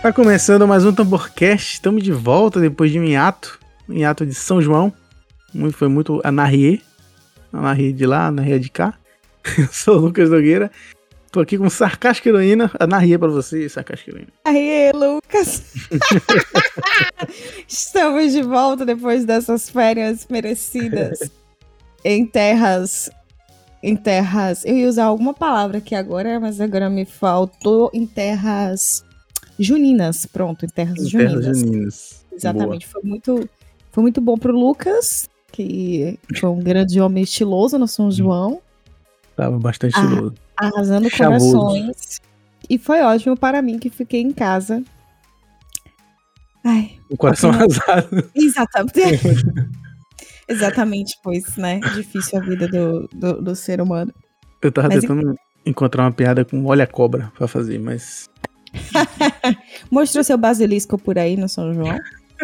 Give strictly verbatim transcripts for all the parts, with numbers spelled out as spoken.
Tá começando mais um Tamborcast, estamos de volta depois de um hiato, um hiato de São João, muito, foi muito anarriê, anarriê de lá, anarriê de cá. Eu sou o Lucas Nogueira, tô aqui com Sarcástica Heroína, anarriê pra você, Sarcástica Heroína. Aê, Lucas! Estamos de volta depois dessas férias merecidas em terras... Em terras... Eu ia usar alguma palavra aqui agora, mas agora me faltou em terras... Juninas, pronto, em terras Em juninas. terras juninas. Exatamente, foi muito, foi muito bom pro Lucas, que foi um grande homem estiloso no São João. Tava bastante estiloso. Ah, arrasando Chavoso. corações. E foi ótimo para mim, que fiquei em casa. Ai, O coração apenas... arrasado. Exatamente. Exatamente, pois, né? Difícil a vida do, do, do ser humano. Eu tava Mas tentando e... encontrar uma piada com olha cobra pra fazer, mas... Mostrou seu basilisco por aí no São João?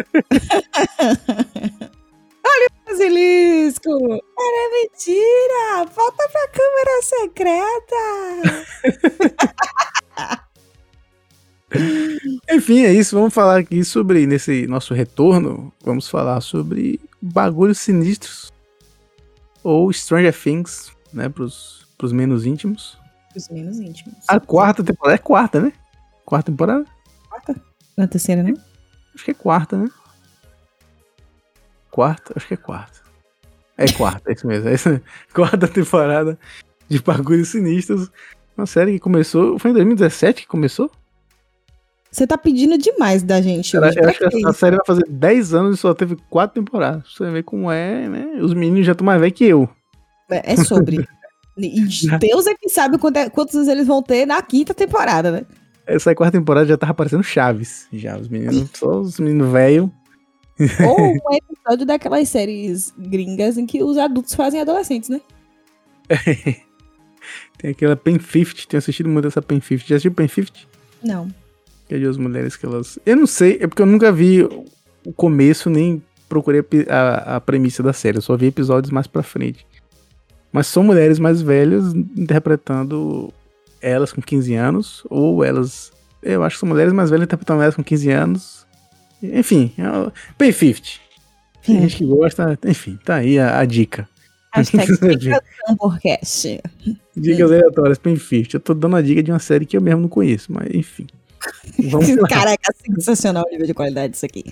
Olha o basilisco! Era mentira! Volta pra câmera secreta! Enfim, é isso. Vamos falar aqui sobre, nesse nosso retorno, vamos falar sobre bagulhos sinistros ou Stranger Things, né, pros, pros menos íntimos. Os menos íntimos. A quarta temporada, é quarta, né? Quarta temporada? Quarta? Na terceira, né? Acho que é quarta, né? Quarta? Acho que é quarta. É quarta, é isso mesmo. É isso. Quarta temporada de Bagulhos Sinistros. Uma série que começou... Foi em dois mil e dezessete que começou? Você tá pedindo demais da gente Cara, hoje. eu acho que a, a série vai fazer dez anos e só teve quatro temporadas. Você vê como é, né? Os meninos já estão mais velhos que eu. É, é sobre. E Deus é que sabe quanto é, quantos eles vão ter na quinta temporada, né? Essa quarta temporada já tava parecendo Chaves. Já, os meninos, só os meninos velhos. Ou um episódio daquelas séries gringas em que os adultos fazem adolescentes, né? Tem aquela Pen cinquenta, tenho assistido muito essa Pen cinquenta. Já assistiu Pen cinquenta? Não. Que é de duas mulheres que elas... Eu não sei, é porque eu nunca vi o começo, nem procurei a, a premissa da série. Eu só vi episódios mais pra frente. Mas são mulheres mais velhas interpretando... elas com quinze anos, ou elas... Eu acho que são mulheres mais velhas interpretando elas com quinze anos. Enfim, é Pen cinquenta. Tem Hum. gente que gosta, enfim, tá aí a, a dica. Hashtag Dica Tamborcast. Dicas aleatórias, Pen cinquenta. Eu tô dando a dica de uma série que eu mesmo não conheço, mas enfim. Vamos lá. Caraca, sensacional o nível de qualidade disso aqui.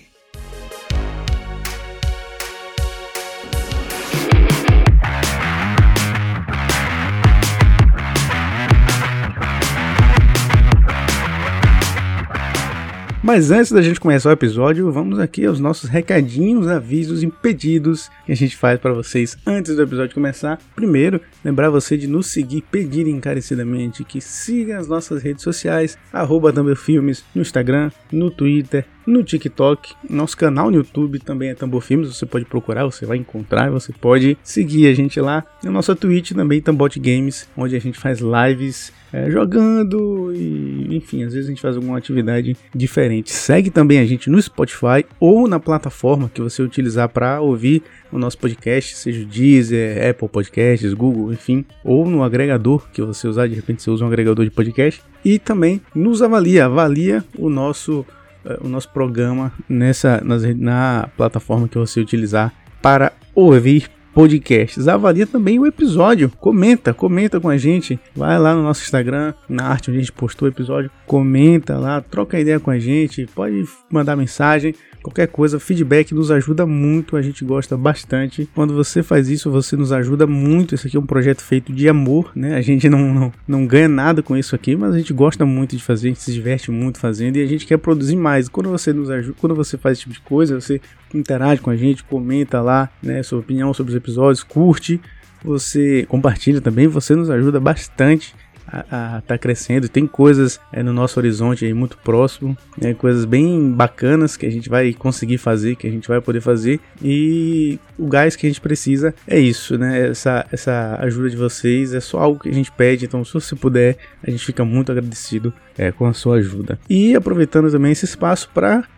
Mas antes da gente começar o episódio, vamos aqui aos nossos recadinhos, avisos e pedidos que a gente faz para vocês antes do episódio começar. Primeiro, lembrar você de nos seguir, pedir encarecidamente que siga as nossas redes sociais, arroba Tamborfilmes, no Instagram, no Twitter, no TikTok, nosso canal no YouTube também é Tamborfilmes, você pode procurar, você vai encontrar, você pode seguir a gente lá. Na nossa Twitch também, Tambot Games, onde a gente faz lives é, jogando e, enfim, às vezes a gente faz alguma atividade diferente. Segue também a gente no Spotify ou na plataforma que você utilizar para ouvir o nosso podcast, seja o Deezer, Apple Podcasts, Google, enfim, ou no agregador que você usar, de repente você usa um agregador de podcast. E também nos avalia, avalia o nosso, uh, o nosso programa nessa, nas, na plataforma que você utilizar para ouvir podcasts. Avalia também o episódio, comenta, comenta com a gente, vai lá no nosso Instagram, na arte onde a gente postou o episódio, comenta lá, troca ideia com a gente, pode mandar mensagem, qualquer coisa, feedback nos ajuda muito, a gente gosta bastante. Quando você faz isso, você nos ajuda muito. Esse aqui é um projeto feito de amor, né? A gente não, não, não ganha nada com isso aqui, mas a gente gosta muito de fazer, a gente se diverte muito fazendo e a gente quer produzir mais. Quando você nos ajuda, quando você faz esse tipo de coisa, você interage com a gente, comenta lá, né, sua opinião sobre os episódios, curte, você compartilha também, você nos ajuda bastante a estar tá crescendo. Tem coisas é, no nosso horizonte aí muito próximo, né, coisas bem bacanas que a gente vai conseguir fazer, que a gente vai poder fazer, e o gás que a gente precisa é isso, né, essa, essa ajuda de vocês é só algo que a gente pede, então se você puder, a gente fica muito agradecido é, com a sua ajuda. E aproveitando também esse espaço para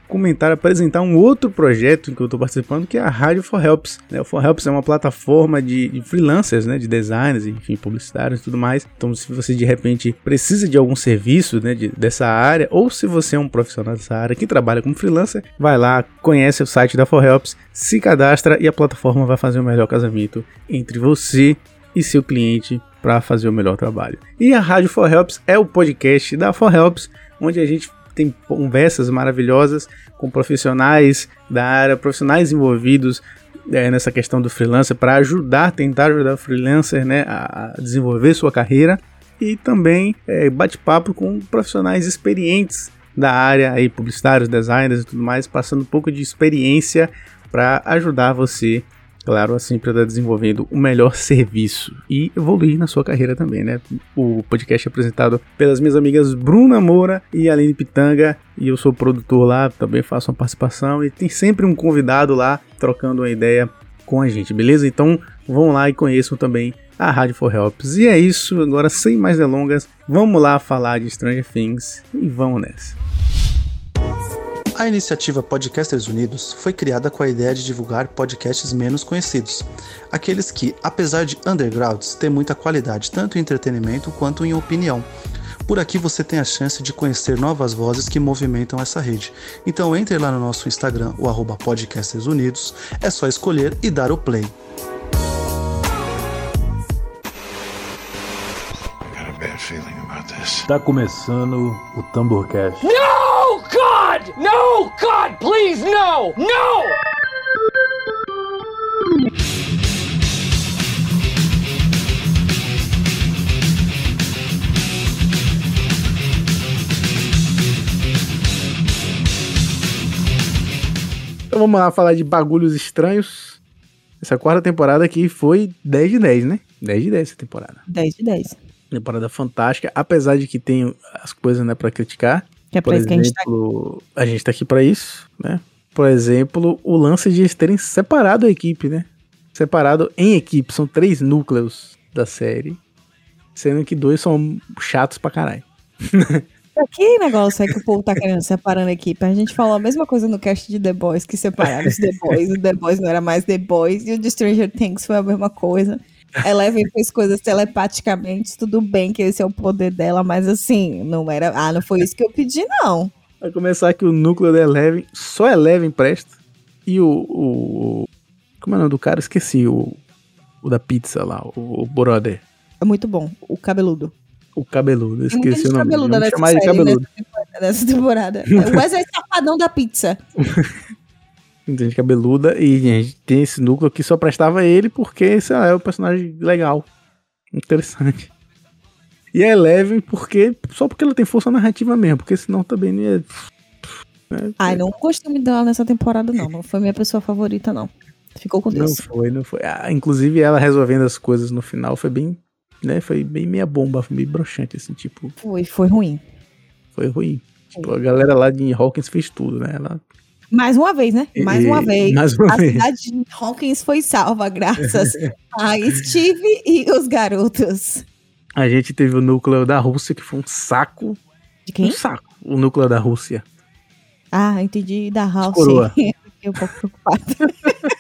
comentar, apresentar um outro projeto em que eu estou participando, que é a Rádio For Helps. Né? O For Helps é uma plataforma de, de freelancers, né? De designers, enfim, publicitários e tudo mais. Então, se você de repente precisa de algum serviço, né? de, dessa área, ou se você é um profissional dessa área que trabalha como freelancer, vai lá, conhece o site da For Helps, se cadastra e a plataforma vai fazer o melhor casamento entre você e seu cliente para fazer o melhor trabalho. E a Rádio For Helps é o podcast da For Helps, onde a gente tem conversas maravilhosas com profissionais da área, profissionais envolvidos é, nessa questão do freelancer, para ajudar, tentar ajudar o freelancer, né, a desenvolver sua carreira, e também é, bate-papo com profissionais experientes da área, aí, publicitários, designers e tudo mais, passando um pouco de experiência para ajudar você, claro, assim, para estar desenvolvendo o melhor serviço e evoluir na sua carreira também, né? O podcast é apresentado pelas minhas amigas Bruna Moura e Aline Pitanga, e eu sou produtor lá, também faço uma participação, e tem sempre um convidado lá trocando uma ideia com a gente, beleza? Então vão lá e conheçam também a Rádio For Helps. E é isso, agora sem mais delongas, vamos lá falar de Stranger Things e vamos nessa. A iniciativa Podcasters Unidos foi criada com a ideia de divulgar podcasts menos conhecidos, aqueles que, apesar de undergrounds, têm muita qualidade tanto em entretenimento quanto em opinião. Por aqui você tem a chance de conhecer novas vozes que movimentam essa rede. Então entre lá no nosso Instagram, o arroba Podcasters Unidos, é só escolher e dar o play. Tá começando o Tamborcast. No, God! No, God, please, no! No! Então vamos lá falar de bagulhos estranhos. Essa quarta temporada aqui foi dez de dez, né? dez de dez essa temporada. dez de dez. Temporada fantástica, apesar de que tem as coisas, né, pra criticar. Que é Por pra isso que a gente tá exemplo, a gente tá aqui pra isso, né? Por exemplo, o lance de eles terem separado a equipe, né? Separado em equipe, são três núcleos da série, sendo que dois são chatos pra caralho. Que negócio é que o povo tá querendo separando a equipe? A gente falou a mesma coisa no cast de The Boys, que separaram os The Boys, o The Boys não era mais The Boys, e o de Stranger Things foi a mesma coisa. Eleven fez coisas telepaticamente, tudo bem que esse é o poder dela, mas assim, não era, ah, não foi isso que eu pedi, não. Vai começar que o núcleo da Eleven, só Eleven presta, e o, o como é o nome do cara? Esqueci, o, o da pizza lá, o, o brother. É muito bom, o cabeludo. O cabeludo, eu Tem esqueci o nome. cabeludo Vamos nessa chamar de série, cabeludo. Nessa, nessa temporada. O Wesley Safadão da pizza. Entende? Cabeluda, e a gente tem esse núcleo que só prestava ele porque, sei lá, é um personagem legal, interessante. E a Eleven porque, só porque ela tem força narrativa mesmo, porque senão também não ia... Né? Ai, não gostei muito dela nessa temporada, não. Não foi minha pessoa favorita, não. Ficou com Deus. Não foi, não foi. Ah, inclusive ela resolvendo as coisas no final foi bem, né, foi bem meia bomba, foi meio broxante, assim, tipo... Foi, foi ruim. Foi ruim. Tipo, a galera lá de Hawkins fez tudo, né, ela... Mais uma vez, né? Mais uma E- vez. mais uma a vez. cidade de Hawkins foi salva graças a Steve e os garotos. A gente teve o núcleo da Rússia, que foi um saco. De quem? Um saco. O núcleo da Rússia. Ah, entendi. Da House. Coroa. Fiquei um pouco preocupada.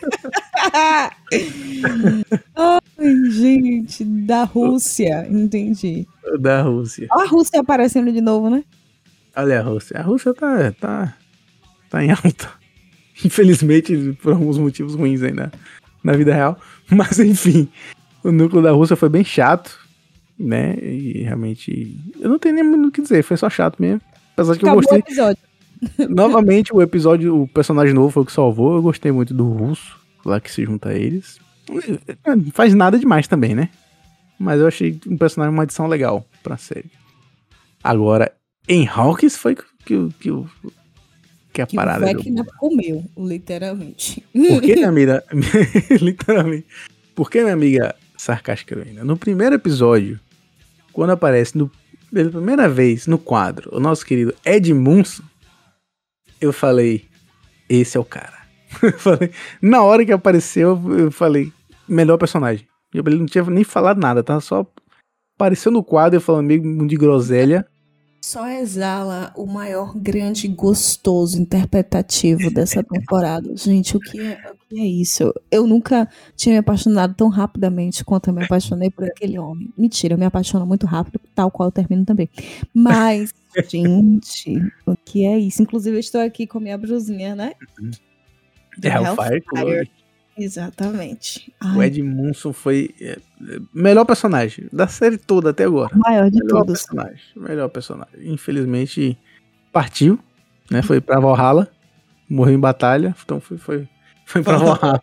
Ai, gente, da Rússia. Entendi. Da Rússia. Olha a Rússia aparecendo de novo, né? Olha a Rússia. A Rússia tá, tá, tá em alta. Infelizmente, por alguns motivos ruins ainda na vida real. Mas, enfim, o núcleo da Rússia foi bem chato, né? E realmente, eu não tenho nem muito o que dizer. Foi só chato mesmo. Apesar de que Acabou eu gostei. o episódio. Novamente, o episódio, o personagem novo foi o que salvou. Eu gostei muito do russo, lá que se junta a eles. Não faz nada demais também, né? Mas eu achei um personagem, uma adição legal pra série. Agora, em Hawkins foi que, que, que, que a Que parada o deu Vecna bomba. comeu, literalmente. Por que, minha amiga? Literalmente. Por que, minha amiga sarcástica heroína? No primeiro episódio, quando aparece no, pela primeira vez no quadro o nosso querido Ed Munson, eu falei, esse é o cara. Eu falei, na hora que apareceu, eu falei, melhor personagem. Ele não tinha nem falado nada, tava só apareceu no quadro e falando meio de groselha. Só exala o maior, grande, gostoso, interpretativo dessa temporada. Gente, o que, é, o que é isso? Eu nunca tinha me apaixonado tão rapidamente quanto eu me apaixonei por aquele homem. Mentira, eu me apaixono muito rápido, tal qual eu termino também. Mas, gente, o que é isso? Inclusive, eu estou aqui com minha blusinha, né? Do Hellfire Club. Exatamente. O Ed Munson foi é, melhor personagem da série toda até agora. O maior de melhor todos. Personagem, melhor personagem. Infelizmente partiu, né? Foi pra Valhalla, morreu em batalha, então foi, foi, foi pra Valhalla.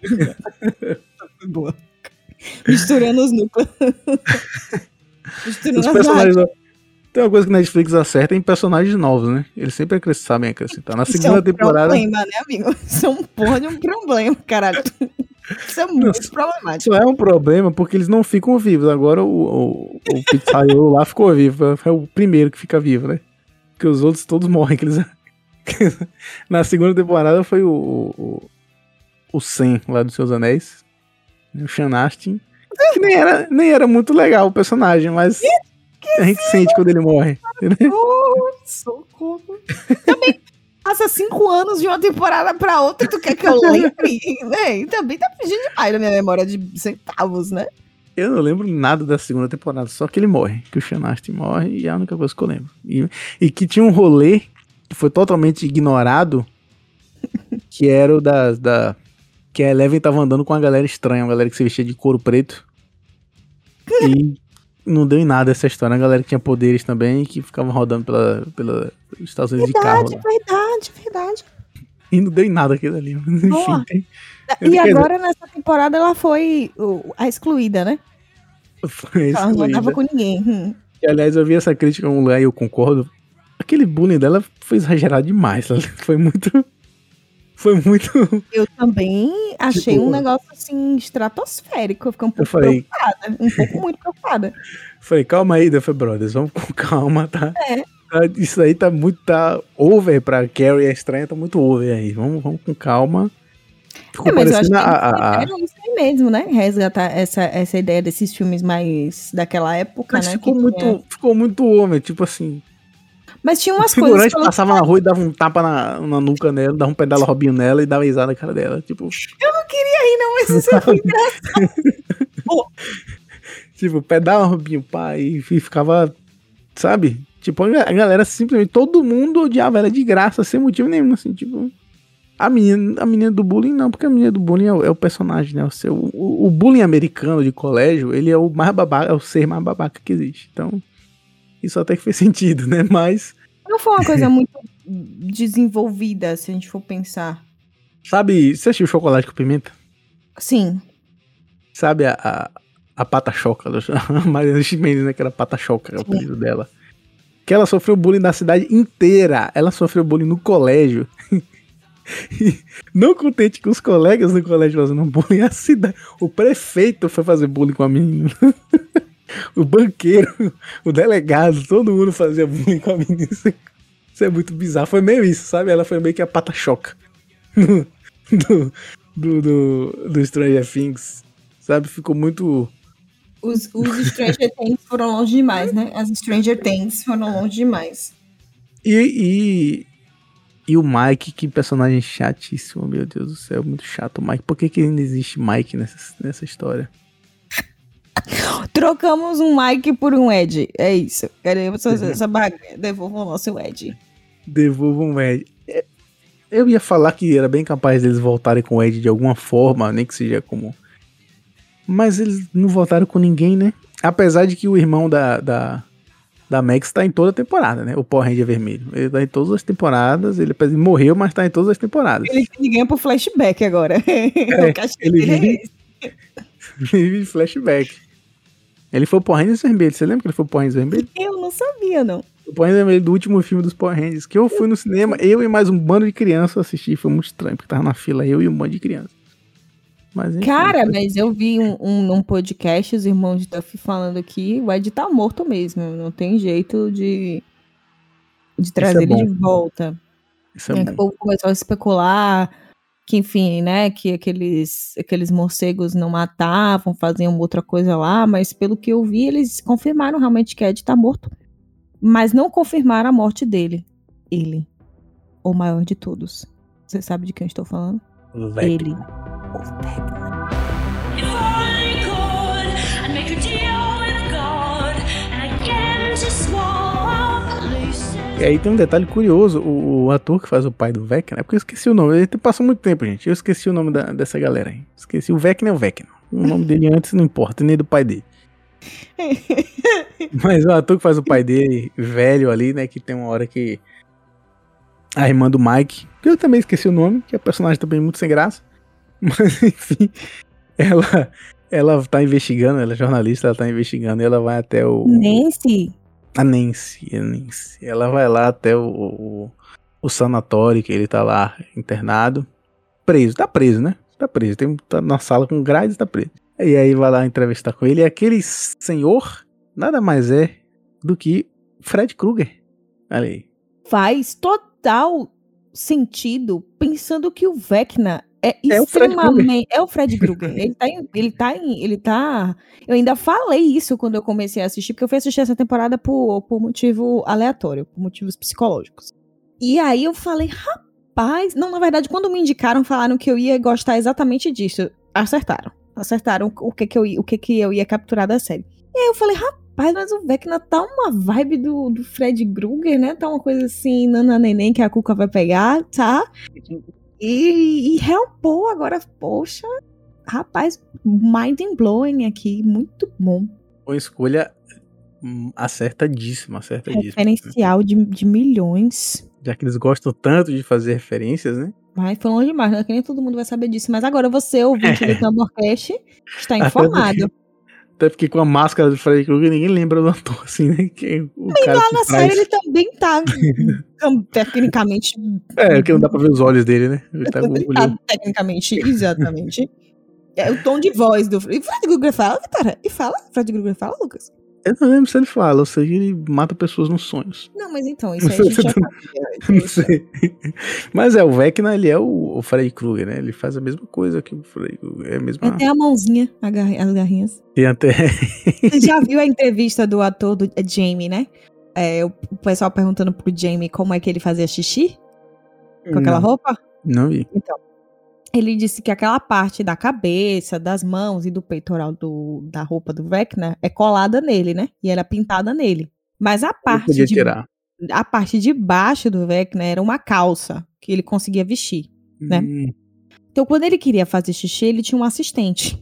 Boa. Misturando os núcleos. Misturando os as personagens. Tem uma coisa que a Netflix acerta em personagens novos, né? Eles sempre sabem acrescentar. Na segunda Isso é um temporada. Problema, né, amigo? Isso é um porra de um problema, caralho. Isso é muito Nossa, problemático. Isso é um problema porque eles não ficam vivos. Agora o, o, o Pizzaiolo lá ficou vivo. É o primeiro que fica vivo, né? Porque os outros todos morrem. Que eles... Na segunda temporada foi o, o, o Sam lá dos Seus Anéis. O Sean Astin. Que nem era, nem era muito legal o personagem, mas a gente sente quando ele morre. Oh, socorro. Também passa cinco anos de uma temporada pra outra e tu quer que eu lembre? Né? Também tá pedindo demais na minha memória de centavos, né? Eu não lembro nada da segunda temporada, só que ele morre, que o Sean Astin morre e é a única coisa que eu lembro. E, e que tinha um rolê que foi totalmente ignorado, que era o da, da... que a Eleven tava andando com uma galera estranha, uma galera que se vestia de couro preto. E não deu em nada essa história. A galera que tinha poderes também, que ficavam rodando pela, pela Estados Unidos verdade, de carro. Verdade, verdade, verdade. E não deu em nada aquilo ali. Enfim, tem... E agora, nessa temporada, ela foi uh, a excluída, né? Foi ela não tava com ninguém. Hum. E, aliás, eu vi essa crítica um lugar e eu concordo. Aquele bullying dela foi exagerado demais. Foi muito... Foi muito... Eu também achei tipo, um negócio, assim, estratosférico. Eu fiquei um pouco falei... preocupada. Um pouco muito preocupada. Falei, calma aí, Duff Brothers. Vamos com calma, tá? É. Isso aí tá muito... Tá over pra Carrie, a estranha, tá muito over aí. Vamos, vamos com calma. Ficou é, mas eu acho que a, a, a... isso aí mesmo, né? Resgatar essa, essa ideia desses filmes mais daquela época, mas né? Ficou, que muito, tinha... ficou muito over, tipo assim... Mas tinha umas o figurante coisas... passava na rua e dava um tapa na, na nuca nela, dava um pedala Robinho nela e dava risada na cara dela, tipo... Eu não queria ir não, mas isso foi engraçado. Tipo, pedala Robinho, pai, e ficava, sabe? Tipo, a galera simplesmente, todo mundo odiava ela de graça, sem motivo nenhum, assim, tipo... A menina, a menina do bullying não, porque a menina do bullying é o, é o personagem, né? O, seu, o, o bullying americano de colégio, ele é o mais babaca, é o ser mais babaca que existe, então... Isso até que fez sentido, né? Mas... Não foi uma coisa muito desenvolvida, se a gente for pensar. Sabe, você assistiu Chocolate com Pimenta? Sim. Sabe a, a, a Pata-Choca, a Mariana Ximenes, né? Que era Pata-Choca, é o apelido dela. Que ela sofreu bullying da cidade inteira. Ela sofreu bullying no colégio. Não contente com os colegas do colégio fazendo bullying, a cidade... O prefeito foi fazer bullying com a menina. O banqueiro, o delegado, todo mundo fazia bullying com a menina. Isso é muito bizarro. Foi meio isso, sabe? Ela foi meio que a Pata-Choca do, do, do, do, do Stranger Things, sabe? Ficou muito... Os, os Stranger Things foram longe demais, né? As Stranger Things foram longe demais. E, e, e o Mike, que personagem chatíssimo, meu Deus do céu, muito chato o Mike. Por que que ainda existe Mike nessa, nessa história? Trocamos um Mike por um Ed. É isso. Queremos fazer essa bagunça. Devolvam o nosso Ed. Devolvam o Ed. Eu ia falar que era bem capaz deles voltarem com o Ed de alguma forma, nem que seja como... Mas eles não voltaram com ninguém, né? Apesar de que o irmão da, da, da Max tá em toda a temporada, né? O Power Ranger vermelho. Ele tá em todas as temporadas. Ele, ele morreu, mas tá em todas as temporadas. Ele ganha por flashback agora. É, o ele vive, vive flashback. Ele foi o Power Rangers vermelho. Você lembra que ele foi o Power Rangers vermelho? Eu não sabia, não. O Power Rangers vermelho do último filme dos Power Rangers. Que eu fui no cinema, eu e mais um bando de crianças assistir. Foi muito estranho, porque tava na fila eu e um bando de crianças. Mas, enfim, cara, foi... mas eu vi um, um, um podcast, os irmãos de Duff falando que o Ed tá morto mesmo. Não tem jeito de, de trazer é ele de volta. Isso é é, bom. O povo começou a especular que, enfim, né, que aqueles, aqueles morcegos não matavam, faziam outra coisa lá, mas pelo que eu vi, eles confirmaram realmente que Ed tá morto. mas não confirmaram a morte dele. Ele, o maior de todos. Você sabe de quem eu estou falando? Vecna. Ele, o Vecna. E aí tem um detalhe curioso, o, o ator que faz o pai do Vecna, é porque eu esqueci o nome, ele passou muito tempo, gente, eu esqueci o nome da, dessa galera aí. Esqueci, o Vecna é o Vecna. O nome dele antes não importa, nem do pai dele. Mas o ator que faz o pai dele, velho ali, né, que tem uma hora que a irmã do Mike, que eu também esqueci o nome, que é personagem também muito sem graça, mas enfim, ela, ela tá investigando, ela é jornalista, ela tá investigando e ela vai até o... Nancy? A Nancy, a Nancy. Ela vai lá até o, o, o sanatório, que ele tá lá internado, preso, tá preso, né? Tá preso, tem, tá na sala com grades, tá preso. E aí vai lá entrevistar com ele, e aquele senhor nada mais é do que Fred Krueger. Olha aí. Faz total sentido, pensando que o Vecna é, É o Fred extremamente... É o Fred Krueger. Ele tá em... Ele tá, em, ele tá... Eu ainda falei isso quando eu comecei a assistir, porque eu fui assistir essa temporada por, por motivo aleatório, por motivos psicológicos. E aí eu falei, rapaz... Não, na verdade, quando me indicaram, falaram que eu ia gostar exatamente disso. Acertaram. Acertaram o que, que, eu, o que, que eu ia capturar da série. E aí eu falei, rapaz, mas o Vecna tá uma vibe do, do Fred Krueger, né? Tá uma coisa assim, nana neném que a Cuca vai pegar, tá? E, e Hellboy agora, poxa, rapaz, mind blowing aqui, muito bom. Uma escolha hum, acertadíssima, acertadíssima. Referencial de, de milhões. Já que eles gostam tanto de fazer referências, né? Mas foi longe demais, né? Que nem todo mundo vai saber disso. Mas agora você, ouvinte do Tamborcast, está informado. Até porque, até porque com a máscara do Freddy Krueger ninguém lembra do ator, assim, né? Que, o e cara lá que na traz... série ele também tá tecnicamente... É, porque não dá pra ver os olhos dele, né? Ele tá com o ele tá olho... tecnicamente, exatamente. É o tom de voz do... E Fred Krueger fala, Vitória? E fala? Fred Krueger fala, Lucas? Eu não lembro se ele fala, ou seja, ele mata pessoas nos sonhos. Não, mas então, isso aí a gente já sabia. Não sei. Mas é, o Vecna, ele é o, o Freddy Krueger, né? Ele faz a mesma coisa que o Freddy Krueger. É a mesma... Até a mãozinha, a gar... as garrinhas. E até... Você já viu a entrevista do ator do é Jamie, né? É, o pessoal perguntando pro Jamie como é que ele fazia xixi com aquela não, roupa. Não vi. Então, ele disse que aquela parte da cabeça, das mãos e do peitoral do, da roupa do Vecna é colada nele, né? E era pintada nele. Mas a parte, podia de, tirar. a parte de baixo do Vecna era uma calça que ele conseguia vestir, né? Hum. Então, quando ele queria fazer xixi, ele tinha um assistente.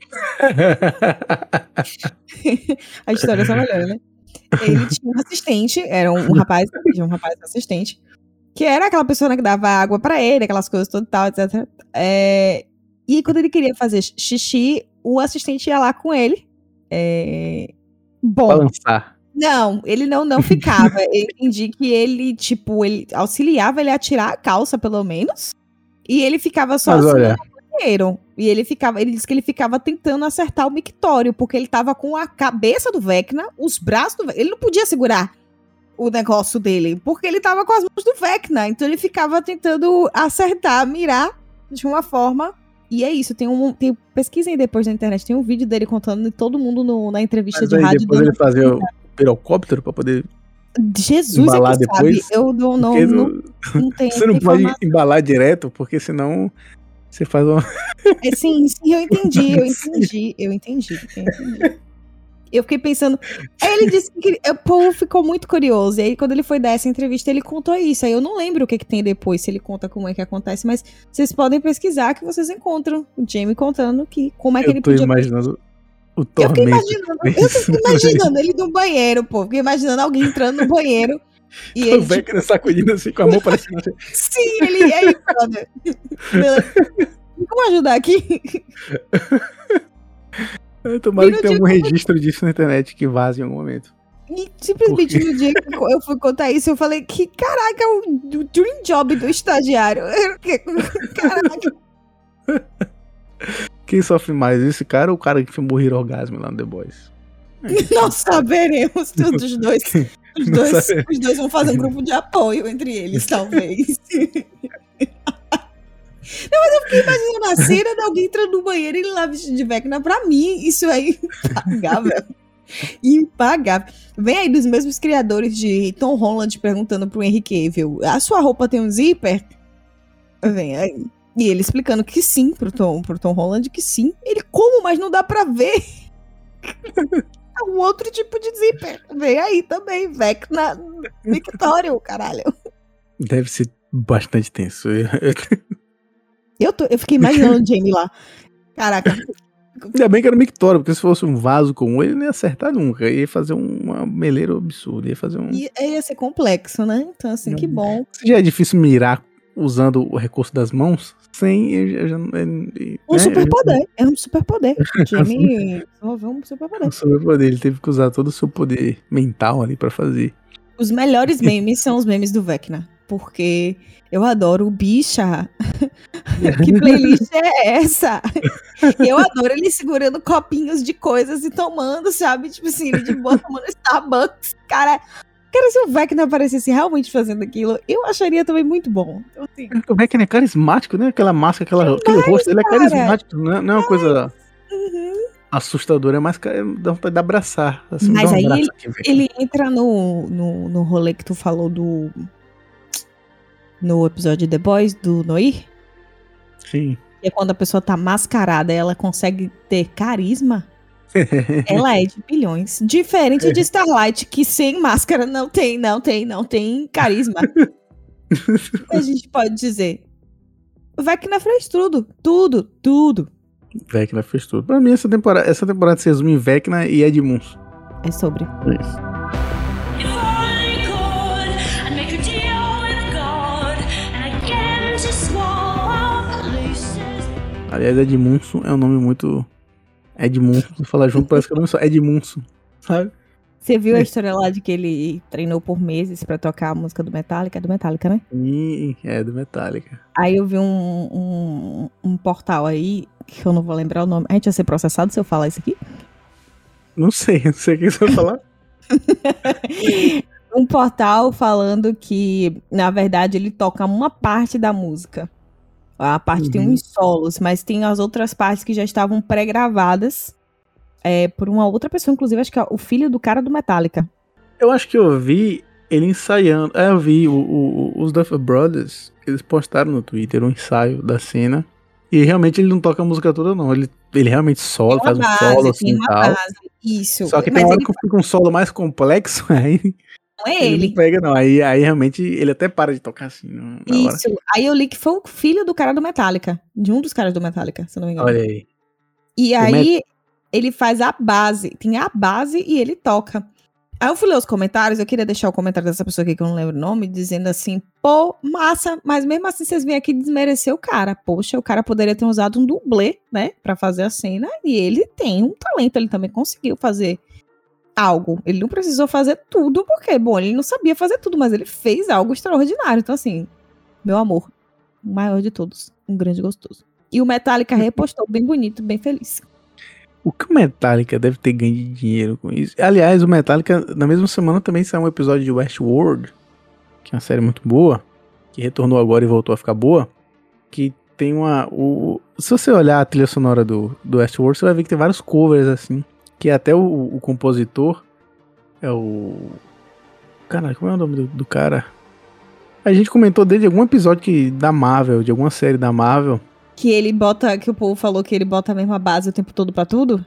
A história é só melhor, né? Ele tinha um assistente, era um, um rapaz, um rapaz assistente, que era aquela pessoa que dava água pra ele, aquelas coisas todas e tal, etcétera. É, e quando ele queria fazer xixi, o assistente ia lá com ele. É, bom. Balançar. Não, ele não, não ficava. Eu entendi que ele, tipo, ele auxiliava ele a tirar a calça, pelo menos. E ele ficava só Mas assim olha... no banheiro. E ele ficava, ele disse que ele ficava tentando acertar o mictório, porque ele tava com a cabeça do Vecna, os braços do Vecna. Ele não podia segurar o negócio dele, porque ele tava com as mãos do Vecna. Então ele ficava tentando acertar, mirar de uma forma. E é isso, tem um. Tem, pesquisem depois na internet, tem um vídeo dele contando e todo mundo no, na entrevista Mas de aí, rádio. depois ele fazia o pirocóptero pra poder Jesus embalar é que depois. sabe. Eu não, não, Porque não, não- não tenho Você não essa pode informação. embalar direto, porque senão você faz uma... É, sim, sim, eu entendi, eu entendi, eu entendi, eu entendi. Eu fiquei pensando. Aí ele disse que o povo ficou muito curioso. E aí, quando ele foi dar essa entrevista, ele contou isso. Aí eu não lembro o que, que tem depois, se ele conta como é que acontece, mas vocês podem pesquisar que vocês encontram o Jamie contando que, como é que Eu ele tô podia. imaginando o Eu fiquei tormento. imaginando, eu fiquei imaginando ele no banheiro, pô. Fiquei imaginando alguém entrando no banheiro. E O ele, tipo, Vecna sacudindo assim com a mão parecendo... sim, ele. Aí, brother. Como ajudar aqui? Tomara que Vira tenha de- algum registro disso na internet que vaze em algum momento. E simplesmente no dia que eu fui contar isso, eu falei que, caraca, o, o dream job do estagiário. Caraca. Quem sofre mais, esse cara ou o cara que filmou Hero Orgasm lá no The Boys? Nós saberemos todos os dois. Os Não dois, sabe. os dois vão fazer um grupo de apoio entre eles, talvez. Não, mas eu fiquei imaginando a cena de alguém entrando no banheiro e ele lá vestido de Vecna. Pra mim, isso é impagável. Impagável. Vem aí dos mesmos criadores de Tom Holland perguntando pro Henry Cavill, a sua roupa tem um zíper? Vem aí. E ele explicando que sim pro Tom, pro Tom Holland, que sim. Ele, como? Mas não dá pra ver. É um outro tipo de zíper. Vem aí também, Vecna Victorial, caralho. Deve ser bastante tenso. Eu, tô, eu fiquei imaginando o Jamie lá. Caraca. Ainda bem que era um mictório, porque se fosse um vaso comum, ele não ia acertar nunca. Ia fazer uma meleira absurda. Ia fazer um. Ia, ia ser complexo, né? Então, assim, que bom. Já é difícil mirar usando o recurso das mãos, sem. Eu já, eu, um né? superpoder. É um superpoder. Jamie desenvolveu um superpoder. Um superpoder. Ele teve que usar todo o seu poder mental ali pra fazer. Os melhores memes são os memes do Vecna. Porque eu adoro o bicha. Que playlist é essa? Eu adoro ele segurando copinhos de coisas e tomando, sabe? Tipo assim, ele de boa tomando Starbucks. Cara, cara, se o Vecna aparecesse realmente fazendo aquilo, eu acharia também muito bom. Então, assim, O Vecna é carismático, né? Aquela máscara, aquela, aquele rosto, ele é carismático. Não é, não é uma coisa uhum. assustadora, é mais dá vontade de abraçar. Assim, mas um aí ele, aqui, ele entra no, no, no rolê que tu falou do... No episódio de The Boys, do Noir. Sim. E é quando a pessoa tá mascarada, ela consegue ter carisma. Ela é de bilhões. Diferente de Starlight, que sem máscara não tem, não tem, não tem carisma. A gente pode dizer. O Vecna fez tudo. Tudo, tudo. Vecna fez tudo. Pra mim, essa temporada, essa temporada se resume em Vecna e Edmunds. É sobre. É isso. Aliás, Edmundson é um nome muito... Edmundson, falar junto parece que é o nome só Edmundson, sabe? Você viu a história lá de que ele treinou por meses pra tocar a música do Metallica? É do Metallica, né? Sim, é do Metallica. Aí eu vi um, um, um portal aí, que eu não vou lembrar o nome. A gente vai ser processado se eu falar isso aqui? Não sei, não sei o que você vai falar. Um portal falando que, na verdade, ele toca uma parte da música. A parte uhum. tem uns solos, mas tem as outras partes que já estavam pré-gravadas é, por uma outra pessoa, inclusive acho que é o filho do cara do Metallica. Eu acho que eu vi ele ensaiando. É, eu vi o, o, os Duffer Brothers, eles postaram no Twitter um ensaio da cena. E realmente ele não toca a música toda, não. Ele, ele realmente sola, faz um base, solo assim e tal. Base, isso. Só que mas tem uma hora ele... que fica um solo mais complexo, aí... Não é ele. ele. Não pega, não. Aí, aí realmente ele até para de tocar assim. Na Isso. Hora. Aí eu li que foi o filho do cara do Metallica. De um dos caras do Metallica, se não me engano. Olha aí. E o aí Met... ele faz a base. Tem a base e ele toca. Aí eu fui ler os comentários. Eu queria deixar o comentário dessa pessoa aqui que eu não lembro o nome. Dizendo assim, pô, massa. Mas mesmo assim vocês vêm aqui desmerecer o cara. Poxa, o cara poderia ter usado um dublê, né? Pra fazer a cena. E ele tem um talento. Ele também conseguiu fazer algo. Ele não precisou fazer tudo, porque, bom, ele não sabia fazer tudo, mas ele fez algo extraordinário. Então, assim, meu amor, o maior de todos, um grande gostoso. E o Metallica repostou bem bonito, bem feliz. O que o Metallica deve ter ganho de dinheiro com isso? Aliás, o Metallica, na mesma semana, também saiu um episódio de Westworld, que é uma série muito boa, que retornou agora e voltou a ficar boa, que tem uma... O, se você olhar a trilha sonora do, do Westworld, você vai ver que tem vários covers, assim, que até o, o compositor é o... Caralho, como é o nome do, do cara? A gente comentou dele de algum episódio que, da Marvel, de alguma série da Marvel. Que ele bota, que o povo falou que ele bota a mesma base o tempo todo pra tudo?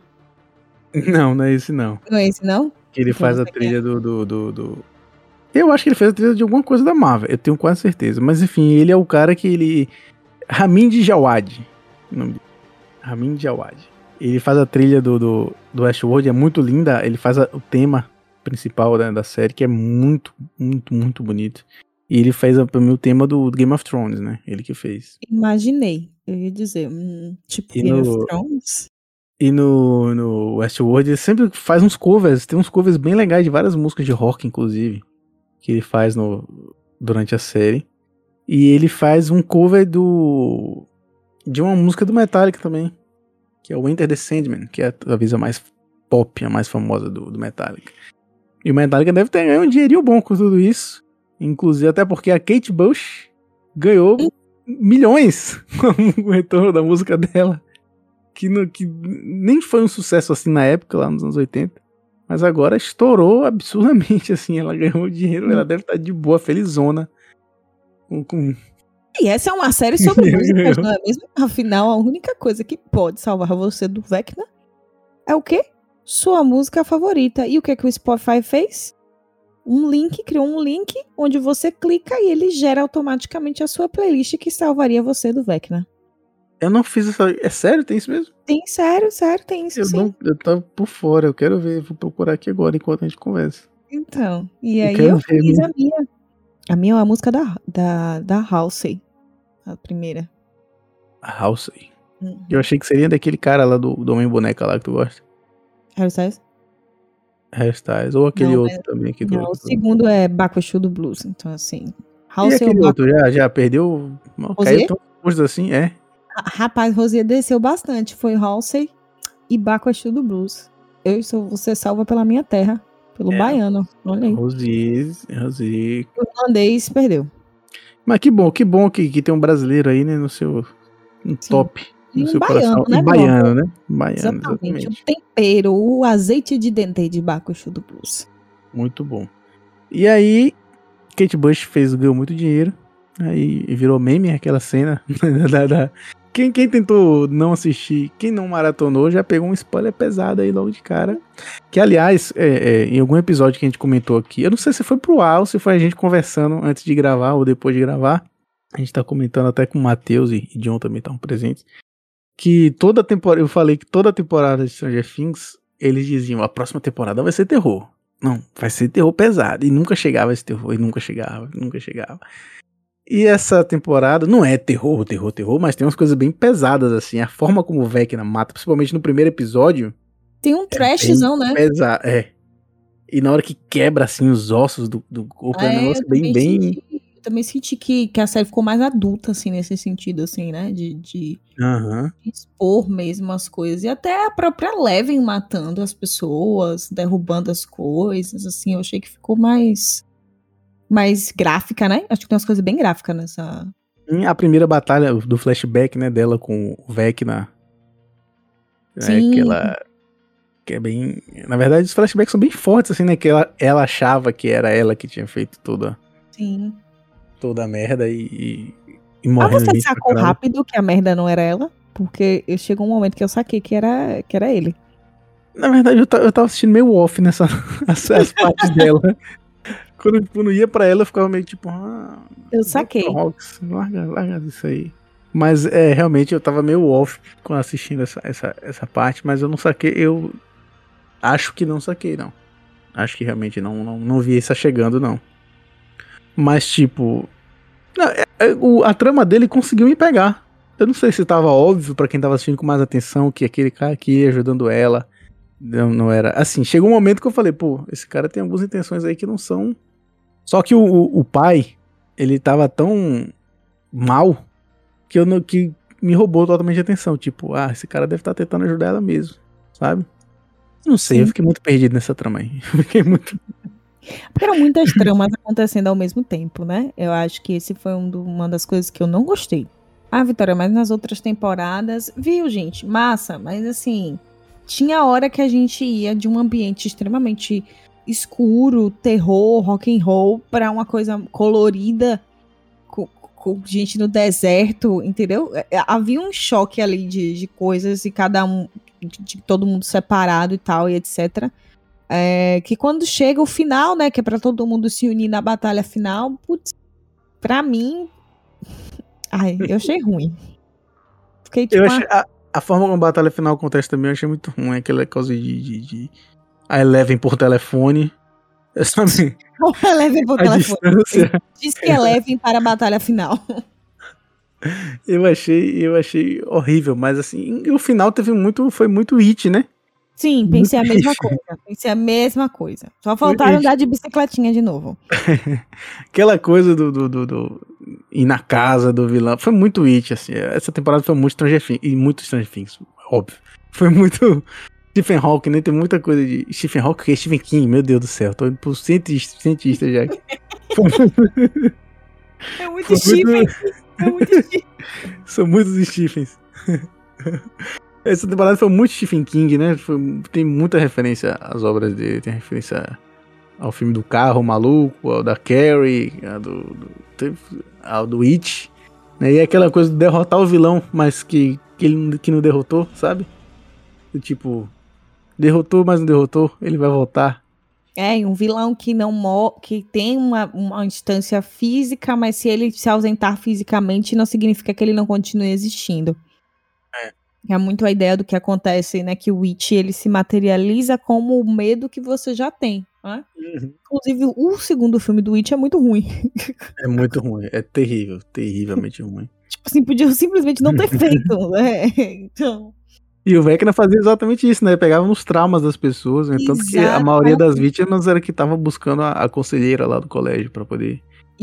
Não, não é esse não. Não é esse não? Que ele então faz a trilha do, do, do, do... Eu acho que ele fez a trilha de alguma coisa da Marvel, eu tenho quase certeza. Mas enfim, ele é o cara que ele... Ramin Djawad, o nome dele. Ramin Djawad. Ele faz a trilha do, do, do Westworld, é muito linda. Ele faz a, o tema principal, né, da série, que é muito, muito, muito bonito. E ele fez a, o tema do, do Game of Thrones, né? Ele que fez. Imaginei. Eu ia dizer, hum, tipo e Game no, of Thrones. E no, no Westworld ele sempre faz uns covers. Tem uns covers bem legais de várias músicas de rock, inclusive. Que ele faz no, durante a série. E ele faz um cover do... de uma música do Metallica também. Que é o Enter the Sandman, que é talvez a mais pop, a mais famosa do, do Metallica. E o Metallica deve ter ganho um dinheirinho bom com tudo isso. Inclusive até porque a Kate Bush ganhou milhões com o retorno da música dela. Que, no, que nem foi um sucesso assim na época, lá nos anos oitenta. Mas agora estourou absurdamente, assim. Ela ganhou dinheiro, ela deve estar de boa, felizona. Com... com... E essa é uma série sobre músicas, não é mesmo? Afinal, a única coisa que pode salvar você do Vecna é o quê? Sua música favorita. E o que, que o Spotify fez? Um link, criou um link onde você clica e ele gera automaticamente a sua playlist que salvaria você do Vecna. Eu não fiz essa... É sério? Tem isso mesmo? Tem, sério, sério, tem isso eu sim. Não, eu tava por fora, eu quero ver, vou procurar aqui agora enquanto a gente conversa. Então, e Eu aí quero eu ver, fiz né? a minha. A minha é uma música da, da, da Halsey, a primeira. A Halsey. Hum. Eu achei que seria daquele cara lá do, do Homem Boneca lá que tu gosta. Harry Styles? Hairstyles, ou aquele Não, outro mas- também aqui do. Não, o segundo é Bakushu do Blues, então assim... E Halsey aquele ou outro, já, já perdeu. Rosier? Caiu tão curtos assim, é. Ah, rapaz, Rosier desceu bastante. Foi Halsey e Bakushu do Blues. Eu sou você salva pela minha terra, pelo É. baiano. Olha aí. Rosier, Rosier. O irlandês perdeu. Mas que bom, que bom que, que tem um brasileiro aí, né, no seu no Sim. top, E no um seu baiano, coração. né, E meu baiano, amor? né? Baiano, Exatamente. exatamente. O tempero, o azeite de dendê de Bakushu do Blues. Muito bom. E aí, Kate Bush fez, ganhou muito dinheiro. Aí virou meme aquela cena. da, da- Quem, quem tentou não assistir, quem não maratonou, já pegou um spoiler pesado aí logo de cara. Que, aliás, é, é, em algum episódio que a gente comentou aqui, eu não sei se foi pro ar ou se foi a gente conversando antes de gravar ou depois de gravar. A gente tá comentando até com o Matheus e, e John também estavam presentes. Que toda temporada, eu falei que toda temporada de Stranger Things, eles diziam, a próxima temporada vai ser terror. Não, vai ser terror pesado. E nunca chegava esse terror, e nunca chegava, nunca chegava. E essa temporada não é terror, terror, terror, mas tem umas coisas bem pesadas, assim. A forma como o Vecna mata, principalmente no primeiro episódio, Tem um trashzão, né? pesado, é. E na hora que quebra, assim, os ossos do, do corpo, é, um É, negócio eu bem, também bem... senti, eu também senti que, que a série ficou mais adulta, assim, nesse sentido, assim, né? De, de Aham. expor mesmo as coisas. E até a própria Eleven matando as pessoas, derrubando as coisas, assim. Eu achei que ficou mais... mais gráfica, né? Acho que tem umas coisas bem gráficas nessa... E a primeira batalha do flashback, né, dela com o Vecna. Sim. É, que ela... Que é bem... Na verdade, os flashbacks são bem fortes, assim, né? Que ela, ela achava que era ela que tinha feito toda, Sim. toda a merda e... e, e Ah, morrendo você gente pra sacou caralho. rápido que a merda não era ela? Porque eu chegou um momento que eu saquei que era, que era ele. Na verdade, eu, ta- eu tava assistindo meio off nessa as, as partes dela. Quando, quando ia pra ela, eu ficava meio tipo... Ah, Eu saquei. Rox, larga, larga isso aí. Mas, é, realmente, eu tava meio off quando assistindo essa, essa, essa parte, mas eu não saquei, eu acho que não saquei, não. Acho que realmente não, não, não vi essa chegando, não. Mas, tipo... Não, é- é, o- a trama dele conseguiu me pegar. Eu não sei se tava óbvio pra quem tava assistindo com mais atenção que aquele cara que ia ajudando ela não, não era... Assim, chegou um momento que eu falei, pô, esse cara tem algumas intenções aí que não são... Só que o, o, o pai, ele tava tão mal que, eu não, que me roubou totalmente a atenção. Tipo, ah, esse cara deve estar tentando ajudar ela mesmo, sabe? Não sei, Sim. eu fiquei muito perdido nessa trama aí. Eu fiquei muito... Porque eram muitas tramas acontecendo ao mesmo tempo, né? Eu acho que esse foi um do- uma das coisas que eu não gostei. Ah, Vitória, mas nas outras temporadas, viu, gente? Massa, mas assim, tinha hora que a gente ia de um ambiente extremamente escuro, terror, rock and roll, pra uma coisa colorida, com, com gente no deserto, entendeu? É, é, Havia um choque ali de, de coisas e cada um, de, de todo mundo separado e tal, e etcétera. É, que quando chega o final, né, que é pra todo mundo se unir na batalha final, putz, pra mim, ai, eu achei ruim. Fiquei tipo, Eu achei, a, a forma como a batalha final acontece também eu achei muito ruim. Aquela coisa de... de, de a Eleven por telefone. Eu sabe, ah, Eleven pro a telefone. distância. Diz que Eleven para a batalha final. Eu achei, eu achei horrível, mas assim, e o final teve muito, foi muito hit, né? Sim, pensei a Muito mesma hit. coisa. Pensei a mesma coisa. Só faltaram hit. andar de bicicletinha de novo. Aquela coisa do, do, do, do ir na casa do vilão, foi muito hit, assim, essa temporada foi muito Stranger Things, e muito Stranger Things, óbvio. Foi muito Stephen Hawking, né? Tem muita coisa de Stephen Hawking, que é Stephen King, meu Deus do céu, tô indo pro cientista, cientista já. Foi muito- É muito foi Stephen. muito- É muito Stephen. São muitos Stephens. Essa temporada foi muito Stephen King, né? Foi, tem muita referência às obras dele. Tem referência ao filme do carro maluco, ao da Carrie, ao do, do, ao do It. Né? E aquela coisa de derrotar o vilão, mas que, que ele que não derrotou, sabe? Do tipo, derrotou, mas não derrotou, ele vai voltar. É, um vilão que não morre, que tem uma, uma instância física, mas se ele se ausentar fisicamente, não significa que ele não continue existindo. É. É muito a ideia do que acontece, né? Que o It, ele se materializa como o medo que você já tem, né? Uhum. Inclusive, o segundo filme do It é muito ruim. É muito ruim, é terrível, terrivelmente ruim. Tipo assim, podia simplesmente não ter feito, né? Então... E o Vecna fazia exatamente isso, né? Pegava nos traumas das pessoas, né? Tanto que a maioria das vítimas era que tava buscando a, a conselheira lá do colégio pra poder...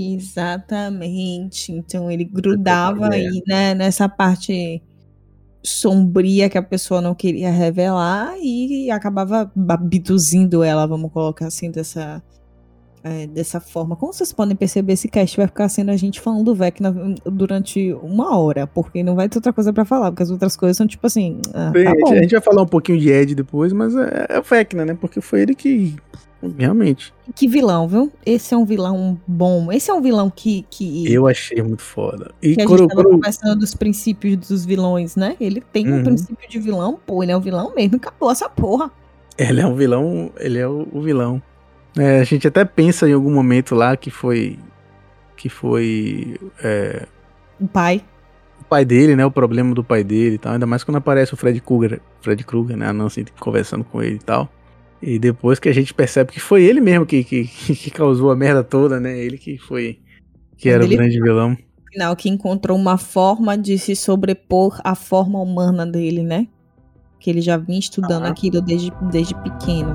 Exatamente. Então ele grudava aí, né, nessa parte sombria que a pessoa não queria revelar e acabava abduzindo ela, vamos colocar assim, dessa, é, dessa forma. Como vocês podem perceber, esse cast vai ficar sendo a gente falando do Vecna durante uma hora, porque não vai ter outra coisa pra falar, porque as outras coisas são tipo assim, ah, tá bom. A gente vai falar um pouquinho de Ed depois, mas é, é o Vecna, né? Porque foi ele que... Realmente. Que vilão, viu? Esse é um vilão bom. Esse é um vilão que... que... Eu achei muito foda. E que a quando, gente tava quando... conversando dos princípios dos vilões, né? Ele tem um uhum. princípio de vilão, pô, ele é um vilão mesmo, acabou essa porra. Ele é um vilão, ele é o, o vilão. É, a gente até pensa em algum momento lá que foi... Que foi... É, o pai. O pai dele, né? O problema do pai dele e tal. Ainda mais quando aparece o Fred Krueger, Fred Krueger, né? A Nancy conversando com ele e tal. E depois que a gente percebe que foi ele mesmo que, que, que causou a merda toda, né? Ele que foi, que era o grande vilão. No final, que encontrou uma forma de se sobrepor à forma humana dele, né? Que ele já vinha estudando ah. aquilo desde, desde pequeno.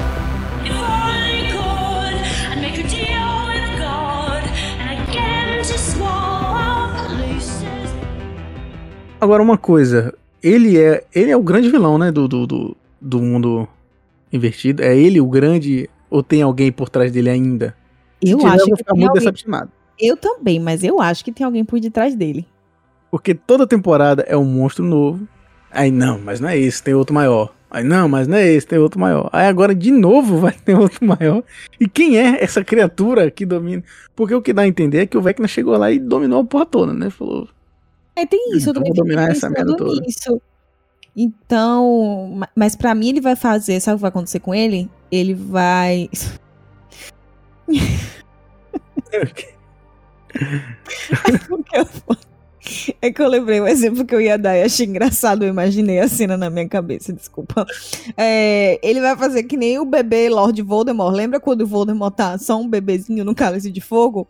Agora uma coisa, ele é, ele é o grande vilão, né? Do, do, do, do mundo... invertido. É ele o grande ou tem alguém por trás dele ainda? Eu Se acho tiver, eu que vou ficar tem muito alguém... decepcionado. Eu também, mas eu acho que tem alguém por detrás dele. Porque toda temporada é um monstro novo. Aí não, mas não é esse, tem outro maior. Aí não, mas não é esse, tem outro maior. Aí agora de novo vai ter outro maior. E quem é essa criatura que domina? Porque o que dá a entender é que o Vecna chegou lá e dominou a porra toda, né? Falou... É, tem isso, eu também vou dominar essa merda toda. Nisso. Então, mas pra mim ele vai fazer, sabe o que vai acontecer com ele? Ele vai... É que eu lembrei o exemplo que eu ia dar e achei engraçado, eu imaginei a cena na minha cabeça, desculpa. É, ele vai fazer que nem o bebê Lord Voldemort, lembra quando o Voldemort tá só um bebezinho no cálice de fogo?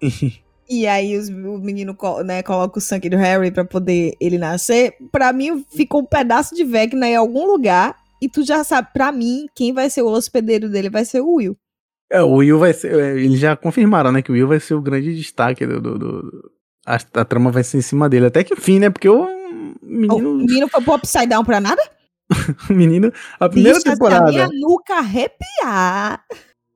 E aí os, o menino, né, coloca o sangue do Harry pra poder ele nascer. Pra mim, ficou um pedaço de Vecna em algum lugar. E tu já sabe, pra mim, quem vai ser o hospedeiro dele vai ser o Will. É, o Will vai ser... Eles já confirmaram, né, que o Will vai ser o grande destaque do... do, do a, a trama vai ser em cima dele. Até que enfim, né, porque o menino... O menino foi pro Upside Down pra nada? O menino... A primeira Deixa temporada... a minha nuca arrepiar.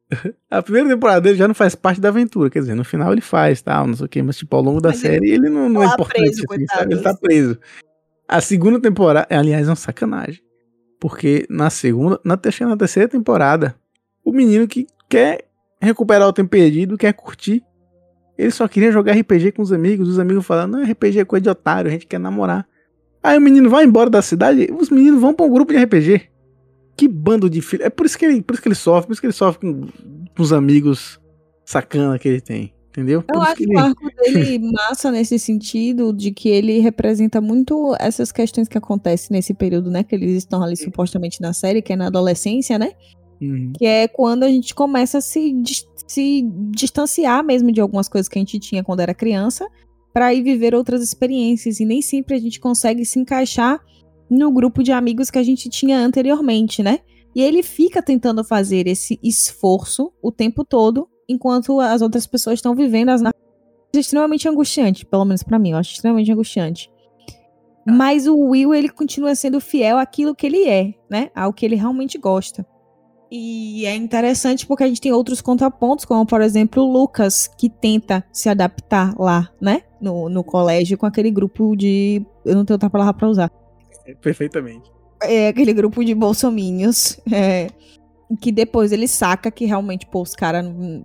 A primeira temporada dele já não faz parte da aventura, quer dizer, no final ele faz, tal, não sei o que, mas tipo, ao longo da mas série ele, ele não, não é importante, preso, assim, sabe? Ele tá preso. A segunda temporada, aliás, é uma sacanagem, porque na segunda, na terceira, na terceira temporada, o menino que quer recuperar o tempo perdido, quer curtir, ele só queria jogar R P G com os amigos, os amigos falando, não, R P G é coisa de otário, a gente quer namorar. Aí o menino vai embora da cidade, os meninos vão pra um grupo de R P G. Que bando de filho. É por isso que ele, por isso que ele sofre, por isso que ele sofre com, com os amigos sacana que ele tem, entendeu? Por Eu acho que ele... o arco dele massa nesse sentido de que ele representa muito essas questões que acontecem nesse período, né? Que eles estão ali supostamente na série, que é na adolescência, né? Uhum. Que é quando a gente começa a se, se distanciar mesmo de algumas coisas que a gente tinha quando era criança para ir viver outras experiências. E nem sempre a gente consegue se encaixar no grupo de amigos que a gente tinha anteriormente, né? E ele fica tentando fazer esse esforço o tempo todo, enquanto as outras pessoas estão vivendo as narrativas. É extremamente angustiante, pelo menos pra mim, eu acho extremamente angustiante. Mas o Will, ele continua sendo fiel àquilo que ele é, né? Ao que ele realmente gosta. E é interessante porque a gente tem outros contrapontos, como, por exemplo, o Lucas, que tenta se adaptar lá, né? No, no colégio, com aquele grupo de... Eu não tenho outra palavra pra usar. Perfeitamente. É aquele grupo de bolsominions, é, que depois ele saca que realmente, pô, os caras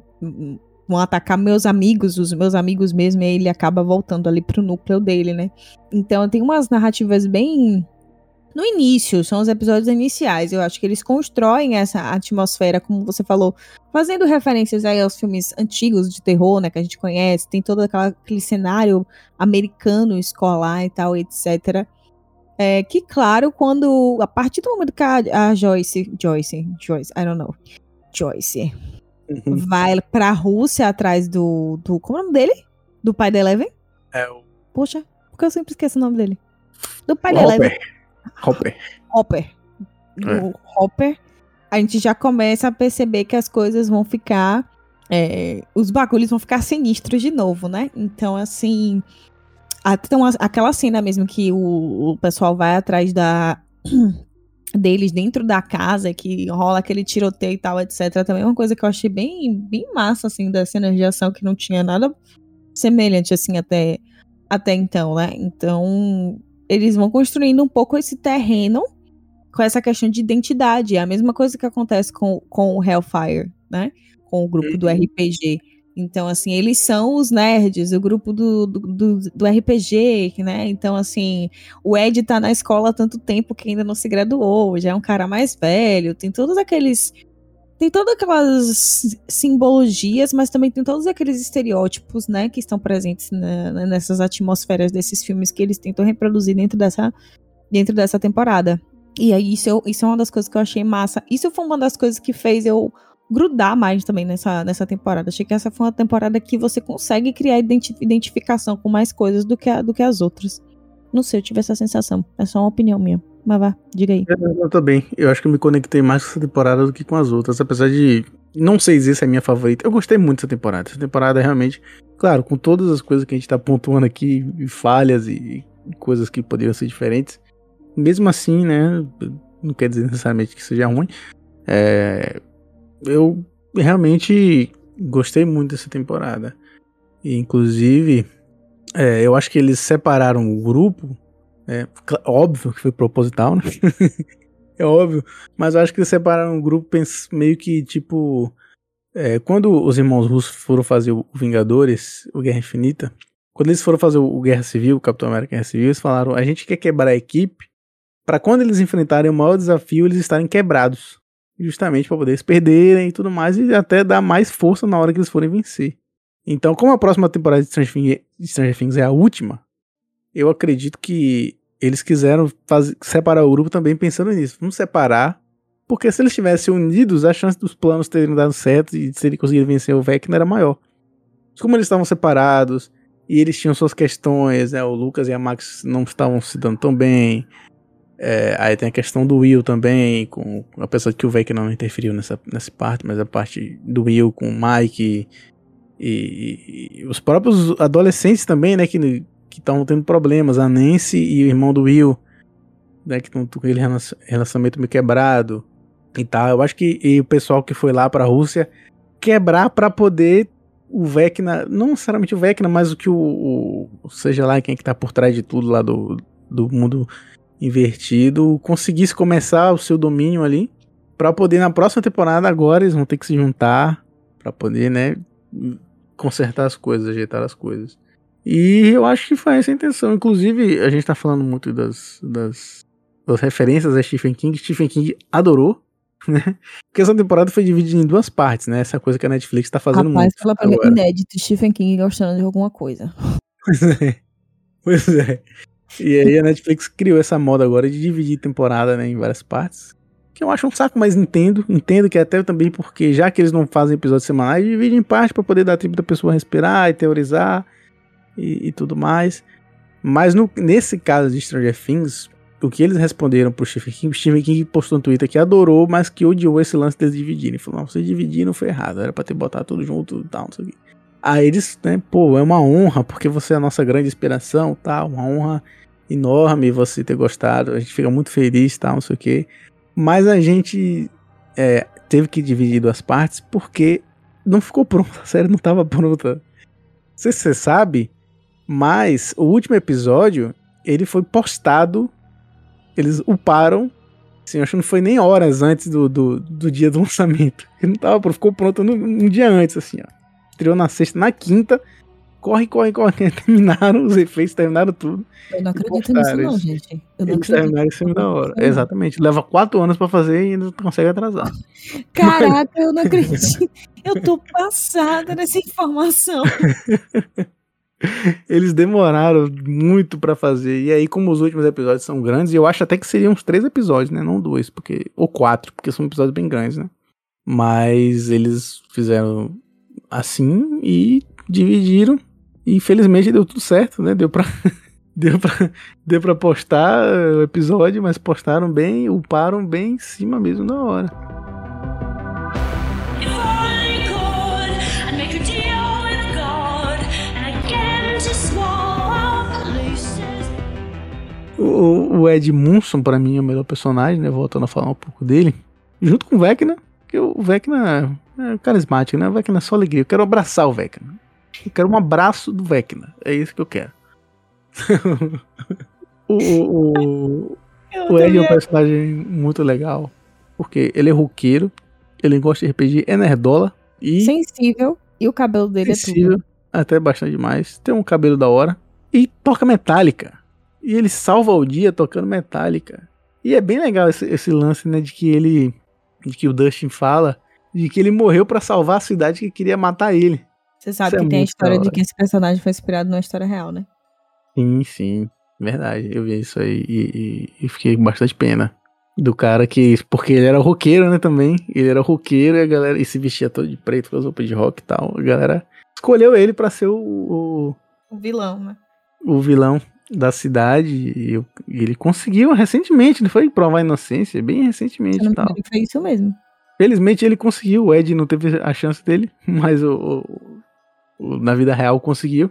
vão atacar meus amigos, os meus amigos mesmo, e aí ele acaba voltando ali pro núcleo dele, né? Então tem umas narrativas bem... No início, são os episódios iniciais, eu acho que eles constroem essa atmosfera, como você falou, fazendo referências aí aos filmes antigos de terror, né, que a gente conhece, tem todo aquela, aquele cenário americano, escolar e tal, etcétera. É, que, claro, quando, a partir do momento que a, a Joyce, Joyce, Joyce, I don't know, Joyce, uhum. vai pra Rússia atrás do, do, como é o nome dele? Do pai da Eleven? É o... Poxa, porque eu sempre esqueço o nome dele. Do pai o da Hopper. Eleven. Hopper. Hopper. Do é. Hopper, a gente já começa a perceber que as coisas vão ficar, é, os bagulhos vão ficar sinistros de novo, né? Então, assim... Então, aquela cena mesmo que o, o pessoal vai atrás da, deles dentro da casa, que rola aquele tiroteio e tal, etcétera. Também é uma coisa que eu achei bem, bem massa, assim, da cena de ação, que não tinha nada semelhante, assim, até, até então, né? Então, eles vão construindo um pouco esse terreno com essa questão de identidade. É a mesma coisa que acontece com, com o Hellfire, né? Com o grupo do R P G. Então, assim, eles são os nerds, o grupo do, do, do, do R P G, né? Então, assim, o Ed tá na escola há tanto tempo que ainda não se graduou, já é um cara mais velho, tem todos aqueles... Tem todas aquelas simbologias, mas também tem todos aqueles estereótipos, né, que estão presentes na, nessas atmosferas desses filmes que eles tentam reproduzir dentro dessa, dentro dessa temporada. E aí, isso, eu, isso é uma das coisas que eu achei massa. Isso foi uma das coisas que fez eu grudar mais também nessa, nessa temporada. Achei que essa foi uma temporada que você consegue criar identi- identificação com mais coisas do que, a, do que as outras. Não sei, eu tive essa sensação. É só uma opinião minha. Mas vá, diga aí. Eu, eu também. Eu acho que eu me conectei mais com essa temporada do que com as outras. Apesar de não sei dizer se é a minha favorita. Eu gostei muito dessa temporada. Essa temporada é realmente... Claro, com todas as coisas que a gente tá pontuando aqui, e falhas e, e coisas que poderiam ser diferentes. Mesmo assim, né? Não quer dizer necessariamente que seja ruim. É... Eu realmente gostei muito dessa temporada. E, inclusive, é, eu acho que eles separaram o grupo. É óbvio que foi proposital, né? É óbvio. Mas eu acho que eles separaram o grupo meio que tipo... É, quando os irmãos russos foram fazer o Vingadores, o Guerra Infinita, quando eles foram fazer o Guerra Civil, o Capitão América Guerra Civil, eles falaram: a gente quer quebrar a equipe para quando eles enfrentarem o maior desafio, eles estarem quebrados. Justamente para poder eles perderem e tudo mais, e até dar mais força na hora que eles forem vencer. Então, como a próxima temporada de Stranger Things, Stranger Things é a última, eu acredito que eles quiseram fazer, separar o grupo também pensando nisso. Vamos separar, porque se eles estivessem unidos, a chance dos planos terem dado certo e se eles conseguirem vencer o Vecna era maior. Mas como eles estavam separados e eles tinham suas questões, né, o Lucas e a Max não estavam se dando tão bem. É, aí tem a questão do Will também, com, apesar de que o Vecna não interferiu nessa, nessa parte, mas a parte do Will com o Mike e, e, e os próprios adolescentes também, né, que estavam tendo problemas, a Nancy e o irmão do Will, né, que estão com aquele relacionamento meio quebrado e tal. Eu acho que e o pessoal que foi lá pra Rússia quebrar pra poder o Vecna, não necessariamente o Vecna, mas o que o, o seja lá quem é que tá por trás de tudo lá do, do mundo invertido, conseguisse começar o seu domínio ali, pra poder na próxima temporada agora eles vão ter que se juntar pra poder, né, consertar as coisas, ajeitar as coisas. E eu acho que foi essa a intenção. Inclusive, a gente tá falando muito das, das, das referências a Stephen King. Stephen King adorou, né? Porque essa temporada foi dividida em duas partes, né? Essa coisa que a Netflix tá fazendo Rapaz, muito. Rapaz, pela primeira inédito, Stephen King gostando de alguma coisa. Pois é. Pois é. E aí a Netflix criou essa moda agora de dividir temporada, né, em várias partes. Que eu acho um saco, mas entendo. Entendo que até também porque, já que eles não fazem episódios semanais, dividem em parte pra poder dar tempo da pessoa respirar e teorizar e, e tudo mais. Mas no, nesse caso de Stranger Things, o que eles responderam pro Stephen King, o Stephen King postou no Twitter que adorou, mas que odiou esse lance deles dividirem. Falou: não, vocês dividiram, foi errado, era pra ter botado tudo junto e tal, não sei o que. Aí eles, né, pô, é uma honra, porque você é a nossa grande inspiração, tal, uma honra enorme você ter gostado, a gente fica muito feliz, tal, não sei o que. Mas a gente é, teve que dividir duas partes porque não ficou pronta, a série não estava pronta. Não sei se você sabe, mas o último episódio, ele foi postado Eles uparam, assim, eu acho que não foi nem horas antes do, do, do dia do lançamento. Ele não tava, ficou pronto no, um dia antes, assim, ó. Estreou na sexta, na quinta, corre, corre, corre, terminaram os efeitos, terminaram tudo. Eu não acredito nisso não, gente. Eu não Eles acredito. terminaram isso na hora. Exatamente, leva quatro anos pra fazer e ainda não consegue atrasar. Caraca, eu não acredito. Eu tô passada nessa informação. Eles demoraram muito pra fazer. E aí, como os últimos episódios são grandes, eu acho até que seriam uns três episódios, né? Não dois, porque ou quatro, porque são episódios bem grandes, né? Mas eles fizeram assim e dividiram. E infelizmente deu tudo certo, né? Deu pra, deu pra, deu pra postar o episódio, mas postaram bem, uparam bem em cima mesmo na hora. O, o Ed Munson, pra mim, é o melhor personagem, né? Voltando a falar um pouco dele. Junto com o Vecna, porque o Vecna é carismático, né? O Vecna é só alegria. Eu quero abraçar o Vecna. Eu quero um abraço do Vecna. É isso que eu quero. o o, o, o Ed é um personagem muito legal. Porque ele é roqueiro, ele gosta de R P G, é nerdola e... Sensível. E o cabelo dele sensível, é tudo. Até bastante demais. Tem um cabelo da hora. E toca Metallica. E ele salva o dia tocando Metallica. E é bem legal esse, esse lance, né, de que ele, de que o Dustin fala, de que ele morreu pra salvar a cidade que queria matar ele. Você sabe Isso que é tem a muito história da de hora. que esse personagem foi inspirado numa história real, né? Sim, sim, verdade. Eu vi isso aí e, e, e fiquei com bastante pena do cara que, porque ele era roqueiro, né, também. Ele era roqueiro e a galera, e se vestia todo de preto com as roupas de rock e tal. A galera escolheu ele pra ser o, o, O vilão, né? o vilão da cidade e, eu- e ele conseguiu recentemente, não foi provar a inocência, bem recentemente Se eu não e me tal. engano, foi isso mesmo. Felizmente ele conseguiu, o Ed não teve a chance dele, mas o, o- o- na vida real conseguiu.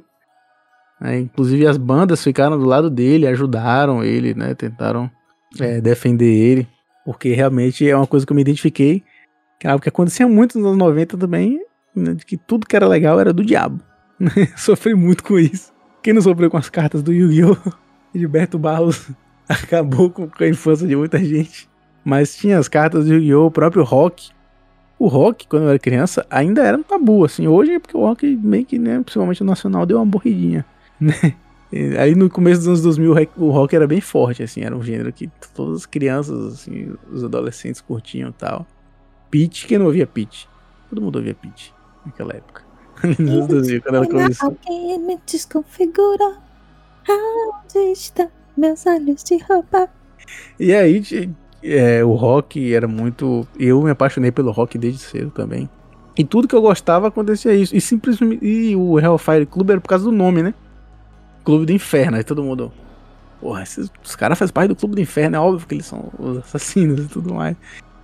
É, inclusive as bandas ficaram do lado dele, ajudaram ele, né, tentaram é, defender ele, porque realmente é uma coisa que eu me identifiquei, que é algo que acontecia muito nos anos noventa também, né, de que tudo que era legal era do diabo. Sofri muito com isso. Quem não sofreu com as cartas do Yu-Gi-Oh! Gilberto Barros acabou com a infância de muita gente. Mas tinha as cartas do Yu-Gi-Oh! O próprio rock. O rock, quando eu era criança, ainda era um tabu, assim. Hoje é porque o rock meio que, né, principalmente o nacional, deu uma morridinha, né? E aí no começo dos anos dois mil o rock era bem forte, assim. Era um gênero que todas as crianças, assim, os adolescentes curtiam e tal. Pitty, quem não ouvia Pitty? Todo mundo ouvia Pitty naquela época. Nos anos dois mil, quando ela começou. Alguém me desconfigura. Onde está meus olhos de roupa? E aí, ti- é, o rock era muito... Eu me apaixonei pelo rock desde cedo também. E tudo que eu gostava acontecia isso. E simplesmente... E o Hellfire Club era por causa do nome, né? Clube do Inferno. Aí todo mundo... Porra, esses, os caras fazem parte do Clube do Inferno. É óbvio que eles são os assassinos e tudo mais.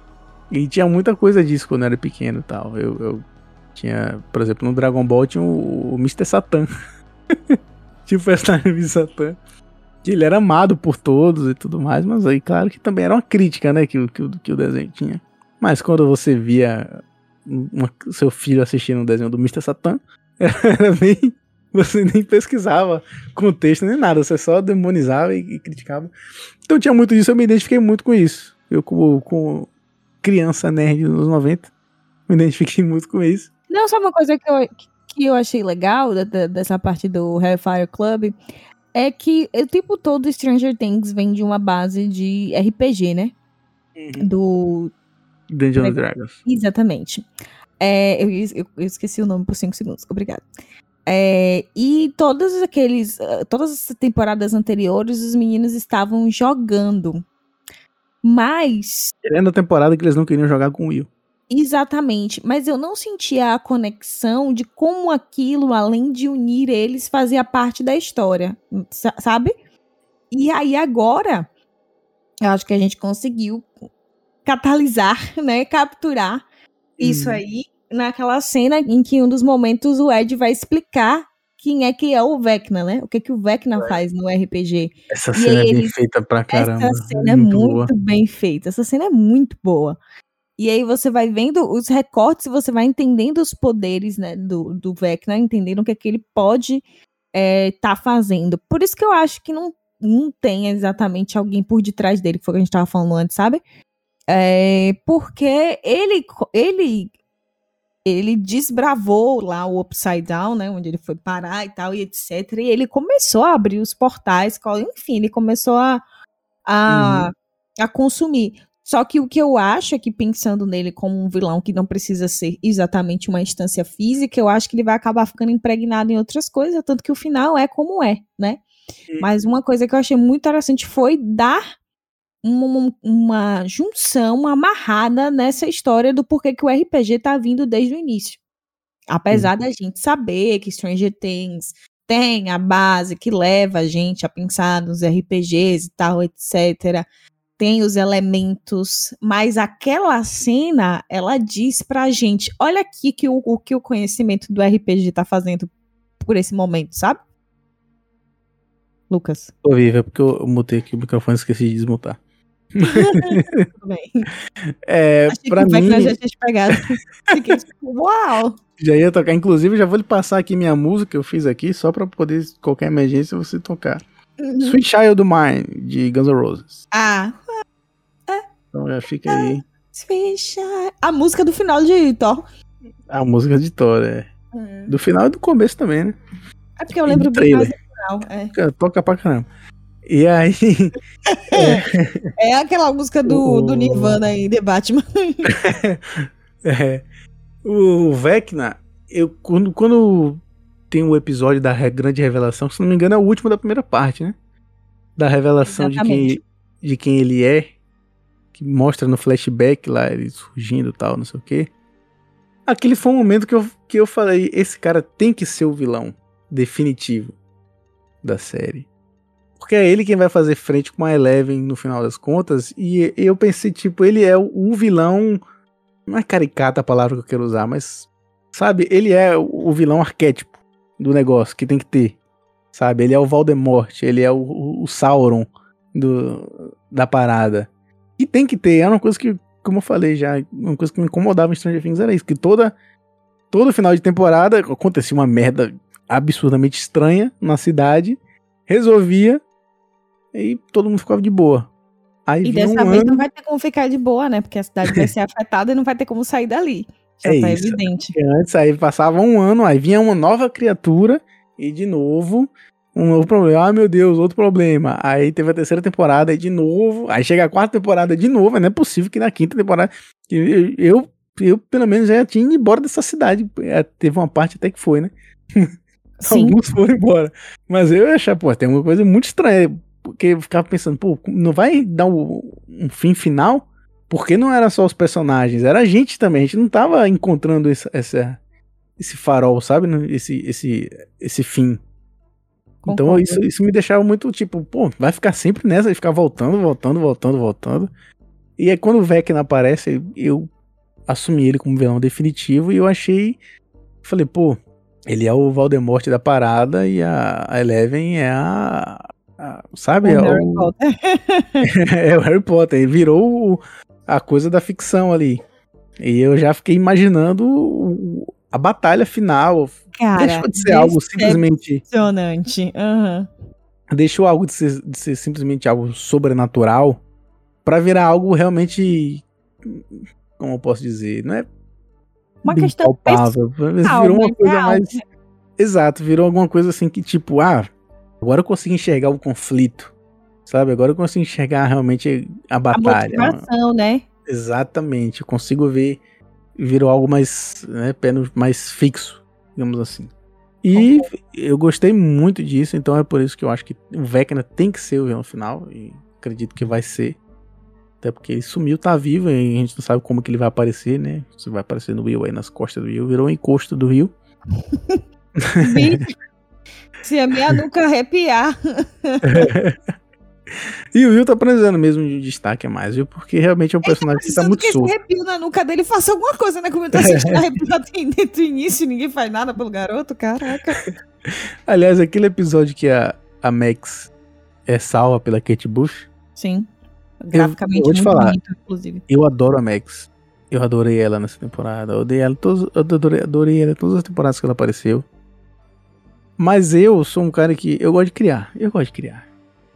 E tinha muita coisa disso quando eu era pequeno e tal. Eu, eu tinha... Por exemplo, no Dragon Ball tinha o, o mister Satan. Tinha o personagem mister Satan. Que ele era amado por todos e tudo mais, mas aí claro que também era uma crítica, né, que, o- que, o- que o desenho tinha. Mas quando você via uma- seu filho assistindo um desenho do mister Satan, era bem... Você nem pesquisava contexto nem nada, você só demonizava e, e criticava. Então tinha muito disso, eu me identifiquei muito com isso. Eu como, como criança nerd dos anos noventa, me identifiquei muito com isso. Não, só uma coisa que eu, que eu achei legal da- da- dessa parte do Hellfire Club é que o tempo todo Stranger Things vem de uma base de R P G, né? Do... Dungeons and Dragons. Exatamente. É, eu, eu- eu esqueci o nome por cinco segundos. Obrigada. É, e todos aqueles, eh, todas as temporadas anteriores, os meninos estavam jogando. Mas, Era a temporada que eles não queriam jogar com o Will. exatamente, mas eu não sentia a conexão de como aquilo, além de unir eles, fazia parte da história, sa- sabe? E aí agora, eu acho que a gente conseguiu catalisar, né, capturar isso Hum. aí naquela cena em que em um dos momentos o Ed vai explicar quem é que é o Vecna, né? O que que o Vecna faz no R P G. Essa E cena aí é bem eles- feita pra caramba. Essa cena é muito muito boa. bem feita. Essa cena é muito boa. E aí você vai vendo os recortes e você vai entendendo os poderes, né, do, do Vecna, entendendo o que é que ele pode é, tá fazendo. Por isso que eu acho que não não tem exatamente alguém por detrás dele, que foi o que a gente tava falando antes, sabe? É, porque ele, ele, ele desbravou lá o Upside Down, né, onde ele foi parar e tal, e etcétera. E ele começou a abrir os portais, enfim, ele começou a, a, uhum. a consumir. Só que o que eu acho é que, pensando nele como um vilão que não precisa ser exatamente uma instância física, eu acho que ele vai acabar ficando impregnado em outras coisas, tanto que o final é como é, né? Uhum. Mas uma coisa que eu achei muito interessante foi dar uma, uma junção, uma amarrada nessa história do porquê que o R P G tá vindo desde o início. Apesar uhum. da gente saber que Stranger Things tem a base que leva a gente a pensar nos R P Gs e tal, etcétera, tem os elementos, mas aquela cena, ela diz pra gente, olha aqui que o, o que o conhecimento do R P G tá fazendo por esse momento, sabe? Lucas. Tô vivo, é porque eu mutei aqui o microfone e esqueci de desmutar. Tudo bem. É, Achei pra que mim... o já tinha te pegado. Fiquei tipo, uau! Já ia tocar, inclusive já vou lhe passar aqui minha música que eu fiz aqui, só pra poder, qualquer emergência, você tocar. Uhum. Sweet Child of Mine, de Guns N' Roses. Ah. Então já fica aí. Sweet Child. A música do final de Thor. A música de Thor, é. Uhum. Do final e do começo também, né? É porque eu lembro do final. É. Toca pra caramba. E aí... é. é aquela música do, o... do Nirvana aí, The Batman. é. O Vecna, eu, quando, quando tem o episódio da grande revelação, se não me engano é o último da primeira parte, né? Da revelação de quem, de quem ele é, que mostra no flashback lá, ele surgindo e tal, não sei o quê. Aquele foi um momento que eu, que eu falei, esse cara tem que ser o vilão definitivo da série. Porque é ele quem vai fazer frente com a Eleven no final das contas, e eu pensei, tipo, ele é o, o vilão... Não é caricata a palavra que eu quero usar, mas, sabe, ele é o vilão arquétipo do negócio que tem que ter, sabe? Ele é o Voldemort, ele é o, o Sauron do, da parada. E tem que ter, é uma coisa que, como eu falei já, uma coisa que me incomodava em Stranger Things era isso, que toda, todo final de temporada acontecia uma merda absurdamente estranha na cidade, resolvia e todo mundo ficava de boa. Aí e dessa um vez ano... não vai ter como ficar de boa, né? Porque a cidade vai ser afetada e não vai ter como sair dali. Já é tá isso. evidente. Porque antes aí passava um ano, aí vinha uma nova criatura e de novo um novo problema. Ah, meu Deus, outro problema. Aí teve a terceira temporada e de novo. Aí chega a quarta temporada de novo. Não é possível que na quinta temporada... Eu, eu, eu pelo menos, já tinha ido embora dessa cidade. Teve uma parte até que foi, né? Sim. Alguns foram embora. Mas eu ia achar, pô, tem uma coisa muito estranha. Porque eu ficava pensando, pô, não vai dar um, um fim final? Porque não era só os personagens, era a gente também. A gente não tava encontrando esse, essa, esse farol, sabe? Esse, esse, esse fim. Concordo. Então isso, isso me deixava muito tipo, pô, vai ficar sempre nessa, vai ficar voltando, voltando, voltando, voltando. E aí quando o Vecna aparece, eu assumi ele como vilão definitivo e eu achei, falei, pô, ele é o Voldemort da parada e a, a Eleven é a... Ah, sabe? O é, Harry o... Potter. é o Harry Potter. Ele virou o... a coisa da ficção ali. E eu já fiquei imaginando o... a batalha final. Cara, deixou de ser algo simplesmente. Impressionante. Uhum. Deixou algo de ser, de ser simplesmente algo sobrenatural pra virar algo realmente. Como eu posso dizer? Não é. Uma questão palpável. Pessoal, virou uma coisa real. mais. Exato, virou alguma coisa assim que tipo, ah. Agora eu consigo enxergar o conflito, sabe? Agora eu consigo enxergar realmente a batalha. A motivação, né? Exatamente. Eu consigo ver, virou algo mais, né, pé no, mais fixo, digamos assim. E okay. eu gostei muito disso, então é por isso que eu acho que o Vecna tem que ser o vilão final, e acredito que vai ser. Até porque ele sumiu, tá vivo, e a gente não sabe como que ele vai aparecer, né? Se vai aparecer no Will aí, nas costas do Will, virou um encosto do Will. Se a minha nuca arrepiar. E o Will tá precisando mesmo de destaque a mais, viu? Porque realmente é um personagem que tá muito que solto. esse arrepio na nuca dele faça alguma coisa, né? Como eu tô sentindo arrepio desde o início e ninguém faz nada pelo garoto, caraca. Aliás, aquele episódio que a, a Max é salva pela Kate Bush. Sim. Graficamente eu vou te muito falar, bonito, inclusive. Eu adoro a Max. Eu adorei ela nessa temporada. Eu adorei ela, todos, eu adorei, adorei ela todas as temporadas que ela apareceu. Mas eu sou um cara que eu gosto de criar. Eu gosto de criar.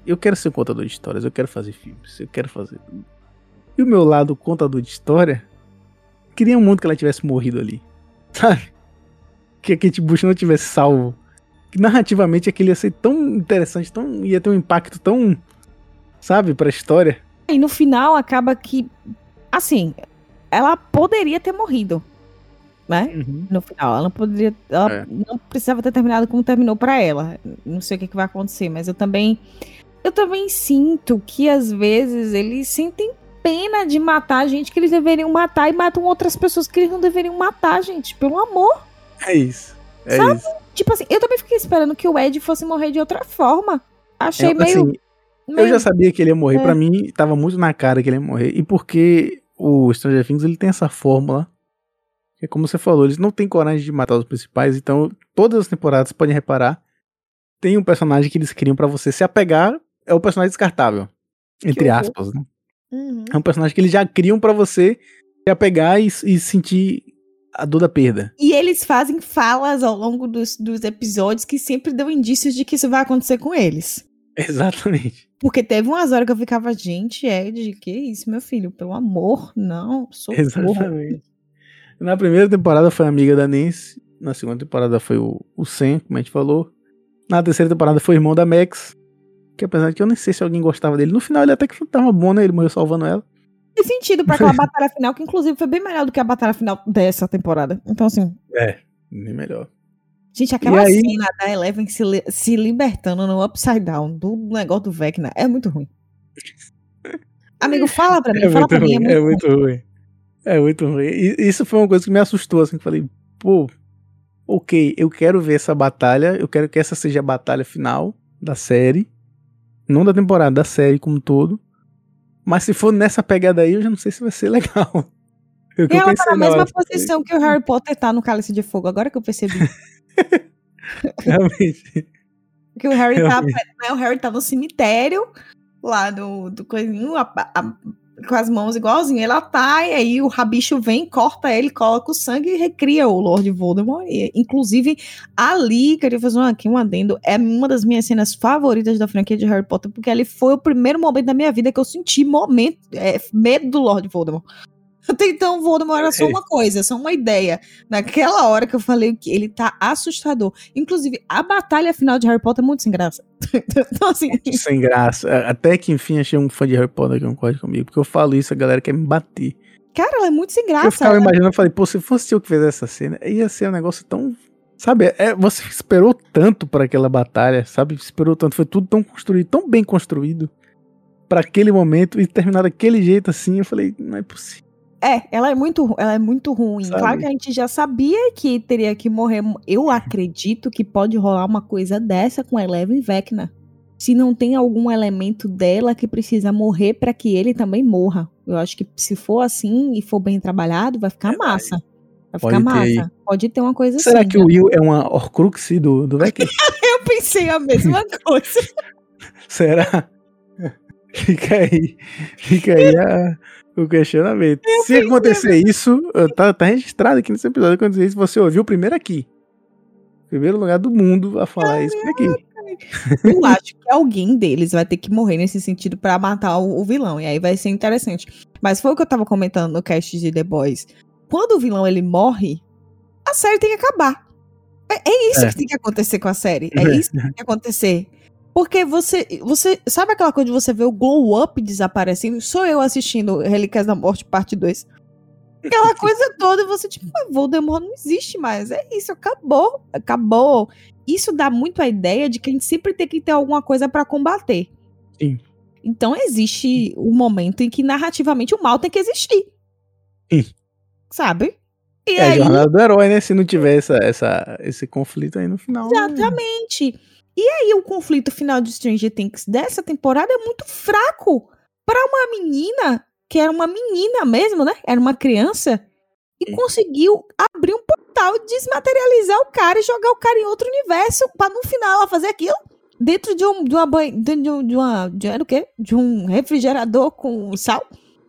eu quero ser contador de histórias, eu quero fazer filmes, eu quero fazer tudo. E o meu lado contador de história queria muito que ela tivesse morrido ali, sabe? Que a Kate Bush não tivesse salvo. Que narrativamente aquilo ia ser tão interessante, tão, ia ter um impacto tão, sabe, pra história. E no final acaba que, assim, ela poderia ter morrido, né? Uhum. No final, ela poderia, ela É. não precisava ter terminado como terminou pra ela. Não sei o que, que vai acontecer, mas eu também, eu também sinto que às vezes eles sentem pena de matar gente que eles deveriam matar e matam outras pessoas que eles não deveriam matar, gente, pelo amor. É isso. É Sabe? isso. Tipo assim, eu também fiquei esperando que o Ed fosse morrer de outra forma. Achei É, meio, assim, meio... Eu já sabia que ele ia morrer, É. pra mim tava muito na cara que ele ia morrer. E porque o Stranger Things ele tem essa fórmula, que é como você falou, eles não têm coragem de matar os principais, então todas as temporadas, você pode reparar, tem um personagem que eles criam pra você se apegar, é o personagem descartável, entre horror. aspas, né? Uhum. É um personagem que eles já criam pra você se apegar e, e sentir a dor da perda. E eles fazem falas ao longo dos, dos episódios que sempre dão indícios de que isso vai acontecer com eles. Exatamente. Porque teve umas horas que eu ficava, gente, Ed, que isso, meu filho? Pelo amor, não, socorro. Exatamente. Na primeira temporada foi a amiga da Nancy, na segunda temporada foi o, o Sam, como a gente falou. Na terceira temporada foi o irmão da Max, que apesar de que eu nem sei se alguém gostava dele, no final ele até que tava bom, né? Ele morreu salvando ela. Tem sentido pra aquela batalha final, que inclusive foi bem melhor do que a batalha final dessa temporada. Então, assim, É, nem melhor. gente, aquela E aí- cena da Eleven se, li- se libertando no Upside Down do negócio do Vecna é muito ruim. Amigo, fala pra mim, É fala muito pra mim, ruim, é é muito, muito ruim. É muito ruim. E isso foi uma coisa que me assustou, assim, que falei, pô, ok, eu quero ver essa batalha, eu quero que essa seja a batalha final da série, não da temporada, da série como um todo, mas se for nessa pegada aí, eu já não sei se vai ser legal. É o que E eu ela pensei tá na na mesma hora, assim, posição que o Harry Potter tá no Cálice de Fogo, agora que eu percebi. realmente. Que o Harry tá, Realmente. né, o Harry tá no cemitério, lá do, do coisinho, a- a- com as mãos igualzinho, ela tá, e aí o rabicho vem, corta ele, coloca o sangue e recria o Lord Voldemort. E, inclusive, ali, queria fazer um, aqui um adendo, é uma das minhas cenas favoritas da franquia de Harry Potter, porque ali foi o primeiro momento da minha vida que eu senti momento, é, medo do Lord Voldemort. Até então, o Voldemort era só uma coisa, só uma ideia. Naquela hora que eu falei que ele tá assustador. Inclusive, a batalha final de Harry Potter é muito sem graça. Então, assim, Sem graça. Até que enfim achei um fã de Harry Potter que concorda comigo, porque eu falo isso, a galera quer me bater. cara, ela é muito sem Eu graça. ficava Ela- imaginando, eu falei, pô, se fosse eu que fizesse essa cena, ia ser um negócio tão... Sabe, é, você esperou tanto pra aquela batalha, sabe? Esperou tanto, foi tudo tão construído, tão bem construído pra aquele momento e terminar daquele jeito assim, eu falei, não é possível. É, ela é muito, ela é muito ruim. Sabe? Claro que a gente já sabia que teria que morrer. Eu acredito que pode rolar uma coisa dessa com Eleven Vecna. Se não tem algum elemento dela que precisa morrer pra que ele também morra. Eu acho que se for assim e for bem trabalhado, vai ficar Verdade. massa. Vai Pode ficar ter aí. massa. Pode ter uma coisa Será assim. que o Will é uma Horcrux do, do Vecna? Eu pensei a mesma coisa. Será? Fica aí. Fica aí a, o questionamento. Se acontecer isso, tá, tá registrado aqui nesse episódio. Se acontecer isso, você ouviu primeiro aqui. Primeiro lugar do mundo a falar isso por aqui. Eu acho que alguém deles vai ter que morrer nesse sentido pra matar o, o vilão. E aí vai ser interessante. Mas foi o que eu tava comentando no cast de The Boys. Quando o vilão ele morre, a série tem que acabar. É, é isso É. que tem que acontecer com a série. É isso que tem que acontecer. Porque você, você. Sabe aquela coisa de você ver o glow up desaparecendo? Sou eu assistindo Relíquias da Morte, parte dois. Aquela coisa toda, e você, tipo, ah, Voldemort não existe mais. É isso, acabou. Acabou. Isso dá muito a ideia de que a gente sempre tem que ter alguma coisa pra combater. Sim. Então existe um momento em que narrativamente o mal tem que existir. Sim. Sabe? E É a aí, jornada do herói, né? Se não tiver essa, essa, esse conflito aí no final. exatamente. E aí o conflito final de Stranger Things dessa temporada é muito fraco. Pra uma menina, que era uma menina mesmo, né? Era uma criança. E Sim. conseguiu abrir um portal, desmaterializar o cara e jogar o cara em outro universo. Pra no final ela fazer aquilo. Dentro de, um, de uma banho, dentro de, um, de uma. De, era o quê? De um refrigerador com sal.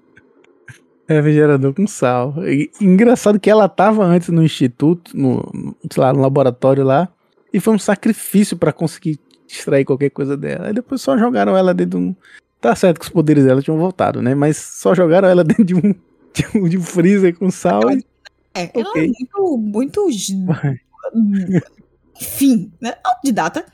Refrigerador com sal. E, engraçado que ela tava antes no instituto, no, no, sei lá, no laboratório lá, e foi um sacrifício pra conseguir extrair qualquer coisa dela. Aí depois só jogaram ela dentro de um... Tá certo que os poderes dela tinham voltado, né? Mas só jogaram ela dentro de um, de um, de um freezer com sal e... É, ela okay. é muito, muito... Enfim, né? Autodidata.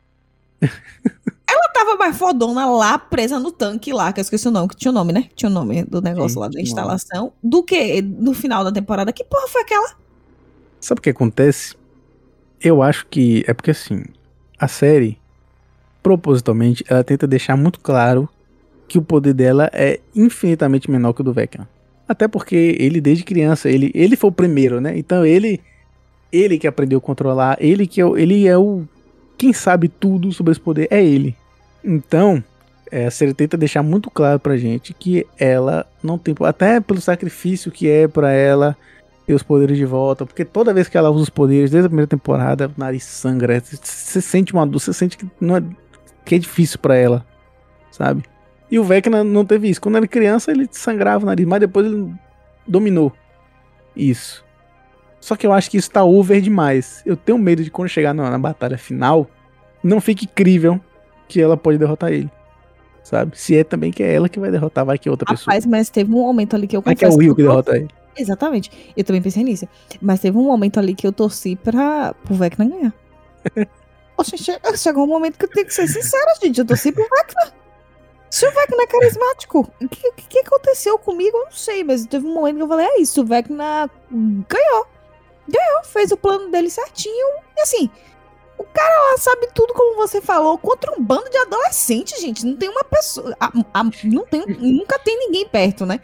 Ela tava mais fodona lá, presa no tanque lá, que eu esqueci o nome, que tinha o nome, né? Tinha o nome do negócio Sim, lá da instalação, nome. Do que no final da temporada. Que porra foi aquela? Sabe o que acontece? Eu acho que é porque assim, a série, propositalmente, ela tenta deixar muito claro que o poder dela é infinitamente menor que o do Vecna. Até porque ele, desde criança, ele, ele foi o primeiro, né? Então ele, ele que aprendeu a controlar, ele que é, ele é o... Quem sabe tudo sobre esse poder é ele. Então, é, a série tenta deixar muito claro pra gente que ela não tem... Até pelo sacrifício que é pra ela ter os poderes de volta. Porque toda vez que ela usa os poderes, desde a primeira temporada, o nariz sangra. Você sente uma dor, você sente que, não é, que é difícil pra ela, sabe? E o Vecna não teve isso. Quando era criança, ele sangrava o nariz, mas depois ele dominou isso. Só que eu acho que isso tá over demais. Eu tenho medo de quando chegar na, na batalha final, não fique crível que ela pode derrotar ele. Sabe? Se é também que é ela que vai derrotar, vai que é outra Rapaz, pessoa. Rapaz, mas teve um momento ali que eu confesso... Vai que é o Will que, que derrota ele. Exatamente. Eu também pensei nisso. Mas teve um momento ali que eu torci pra pro Vecna ganhar. Poxa, chegou um momento que eu tenho que ser sincera, gente. Eu torci pro Vecna. Se o Vecna é carismático, o que, que, que aconteceu comigo? Eu não sei, mas teve um momento que eu falei, é isso, o Vecna ganhou. Ganhou, fez o plano dele certinho. E assim, o cara lá sabe tudo, como você falou, contra um bando de adolescentes, gente. Não tem uma pessoa. A, a, não tem, nunca tem ninguém perto, né?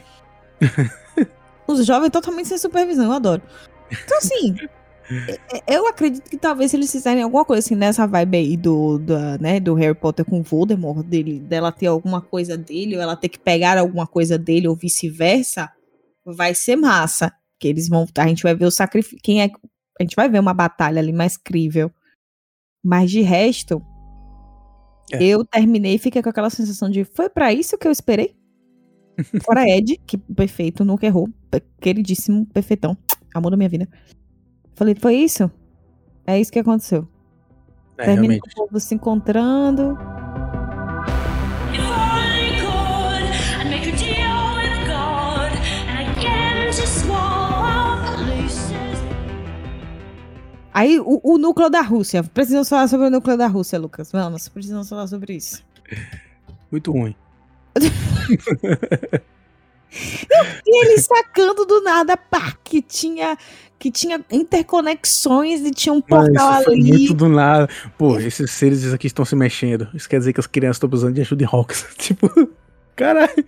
Os jovens totalmente sem supervisão, eu adoro. Então, assim, eu acredito que talvez se eles fizerem alguma coisa assim nessa vibe aí do, do, né, do Harry Potter com Voldemort, dele, dela ter alguma coisa dele, ou ela ter que pegar alguma coisa dele, ou vice-versa, vai ser massa. Que eles vão, a gente vai ver o sacrifício, quem é, a gente vai ver uma batalha ali mais crível, mas de resto é. Eu terminei e fiquei com aquela sensação de, foi pra isso que eu esperei? Fora Ed, que perfeito, nunca errou, queridíssimo, perfeitão, amor da minha vida. Falei, foi isso? É isso que aconteceu. É, termina com o povo se encontrando. Aí, o, o núcleo da Rússia. Precisamos falar sobre o núcleo da Rússia, Lucas. Vamos, precisamos falar sobre isso. Muito ruim. E ele sacando do nada, pá, que tinha, que tinha interconexões e tinha um portal ali. Foi muito do nada. Pô, esses seres aqui estão se mexendo. Isso quer dizer que as crianças estão precisando de ajuda em Hawks. Tipo, caralho.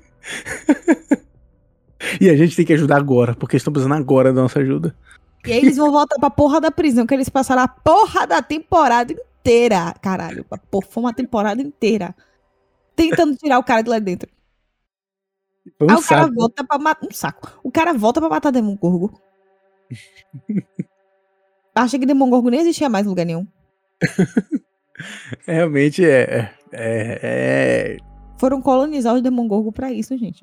E a gente tem que ajudar agora, porque eles estão precisando agora da nossa ajuda. E aí eles vão voltar pra porra da prisão, que eles passaram a porra da temporada inteira. Caralho, porra, foi uma temporada inteira. Tentando tirar o cara de lá dentro. Um aí o cara saco. volta pra matar. Um saco. O cara volta pra matar Demogorgon. Achei que Demogorgon nem existia mais em lugar nenhum. Realmente é, é, é. Foram colonizar os Demogorgon pra isso, gente.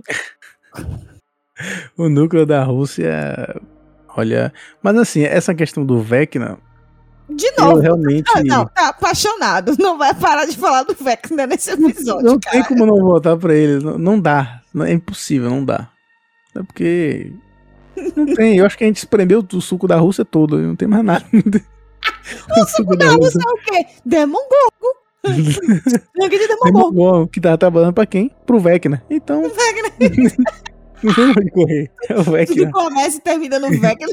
O núcleo da Rússia. Olha. Mas assim, essa questão do Vecna. De novo. Eu realmente... Ah, não, tá apaixonado. Não vai parar de falar do Vecna nesse episódio. Não, não cara. tem como não voltar pra ele. Não, não dá. É impossível, não dá. É porque. Não tem. Eu acho que a gente espremeu o suco da Rússia todo. Não tem mais nada. O, o suco da, da Rússia é o quê? Demogorgon. Sangue de Demogorgon. Demogorgon, que tá trabalhando pra quem? Pro Vecna. Então. Vecna. Não tem onde correr. É o Vecna. Tudo começa e termina no Vecna.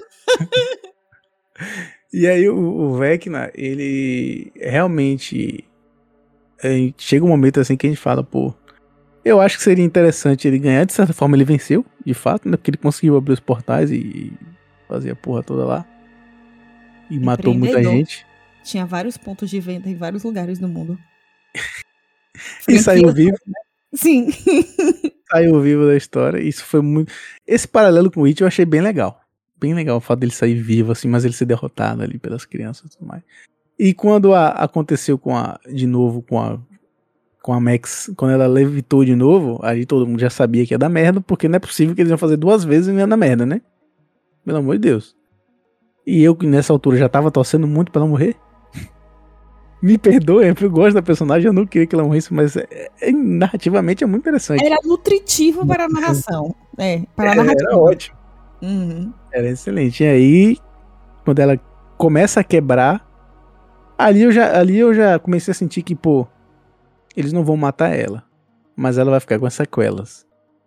E aí o, o Vecna, ele realmente é, chega um momento assim que a gente fala, pô, eu acho que seria interessante ele ganhar, de certa forma ele venceu, de fato, né, porque ele conseguiu abrir os portais e fazer a porra toda lá. E matou muita gente. Tinha vários pontos de venda em vários lugares do mundo. E saiu vivo. Sim. Saiu vivo da história, isso foi muito... Esse paralelo com o It eu achei bem legal. Bem legal o fato dele sair vivo, assim, mas ele ser derrotado ali pelas crianças e tudo mais. E quando a, aconteceu com a, de novo com a, com a Max, quando ela levitou de novo, aí todo mundo já sabia que ia dar merda, porque não é possível que eles iam fazer duas vezes e não ia dar merda, né? Pelo amor de Deus. E eu, que nessa altura já tava torcendo muito pra ela morrer. Me perdoe, eu gosto da personagem, eu não queria que ela morresse, mas é, é, narrativamente é muito interessante. Era nutritivo para a narração. É, para a É, narrativa. era ótimo. Uhum. Era excelente. E aí, quando ela começa a quebrar, ali eu já, ali eu já comecei a sentir que, pô, eles não vão matar ela, mas ela vai ficar com as sequelas.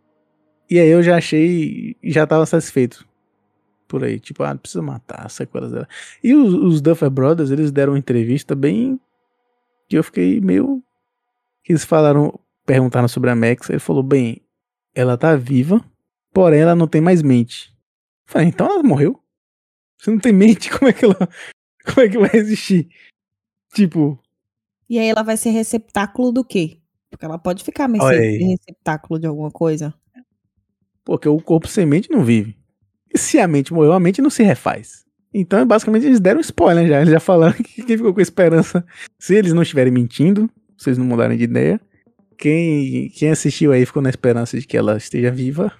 E aí eu já achei, já tava satisfeito por aí, tipo, ah, não precisa matar as sequelas dela. E os, os Duffer Brothers, eles deram uma entrevista bem, que eu fiquei meio, que eles falaram, perguntaram sobre a Max, ele falou, bem, ela tá viva, porém ela não tem mais mente. Eu falei, então ela morreu? Você não tem mente, como é que ela, como é que vai existir? Tipo... E aí ela vai ser receptáculo do quê? Porque ela pode ficar meio receptáculo de alguma coisa. Porque o corpo sem mente não vive. E se a mente morreu, a mente não se refaz. Então, basicamente, eles deram spoiler já. Eles já falaram que quem ficou com esperança, se eles não estiverem mentindo, se eles não mudarem de ideia, quem, quem assistiu aí ficou na esperança de que ela esteja viva,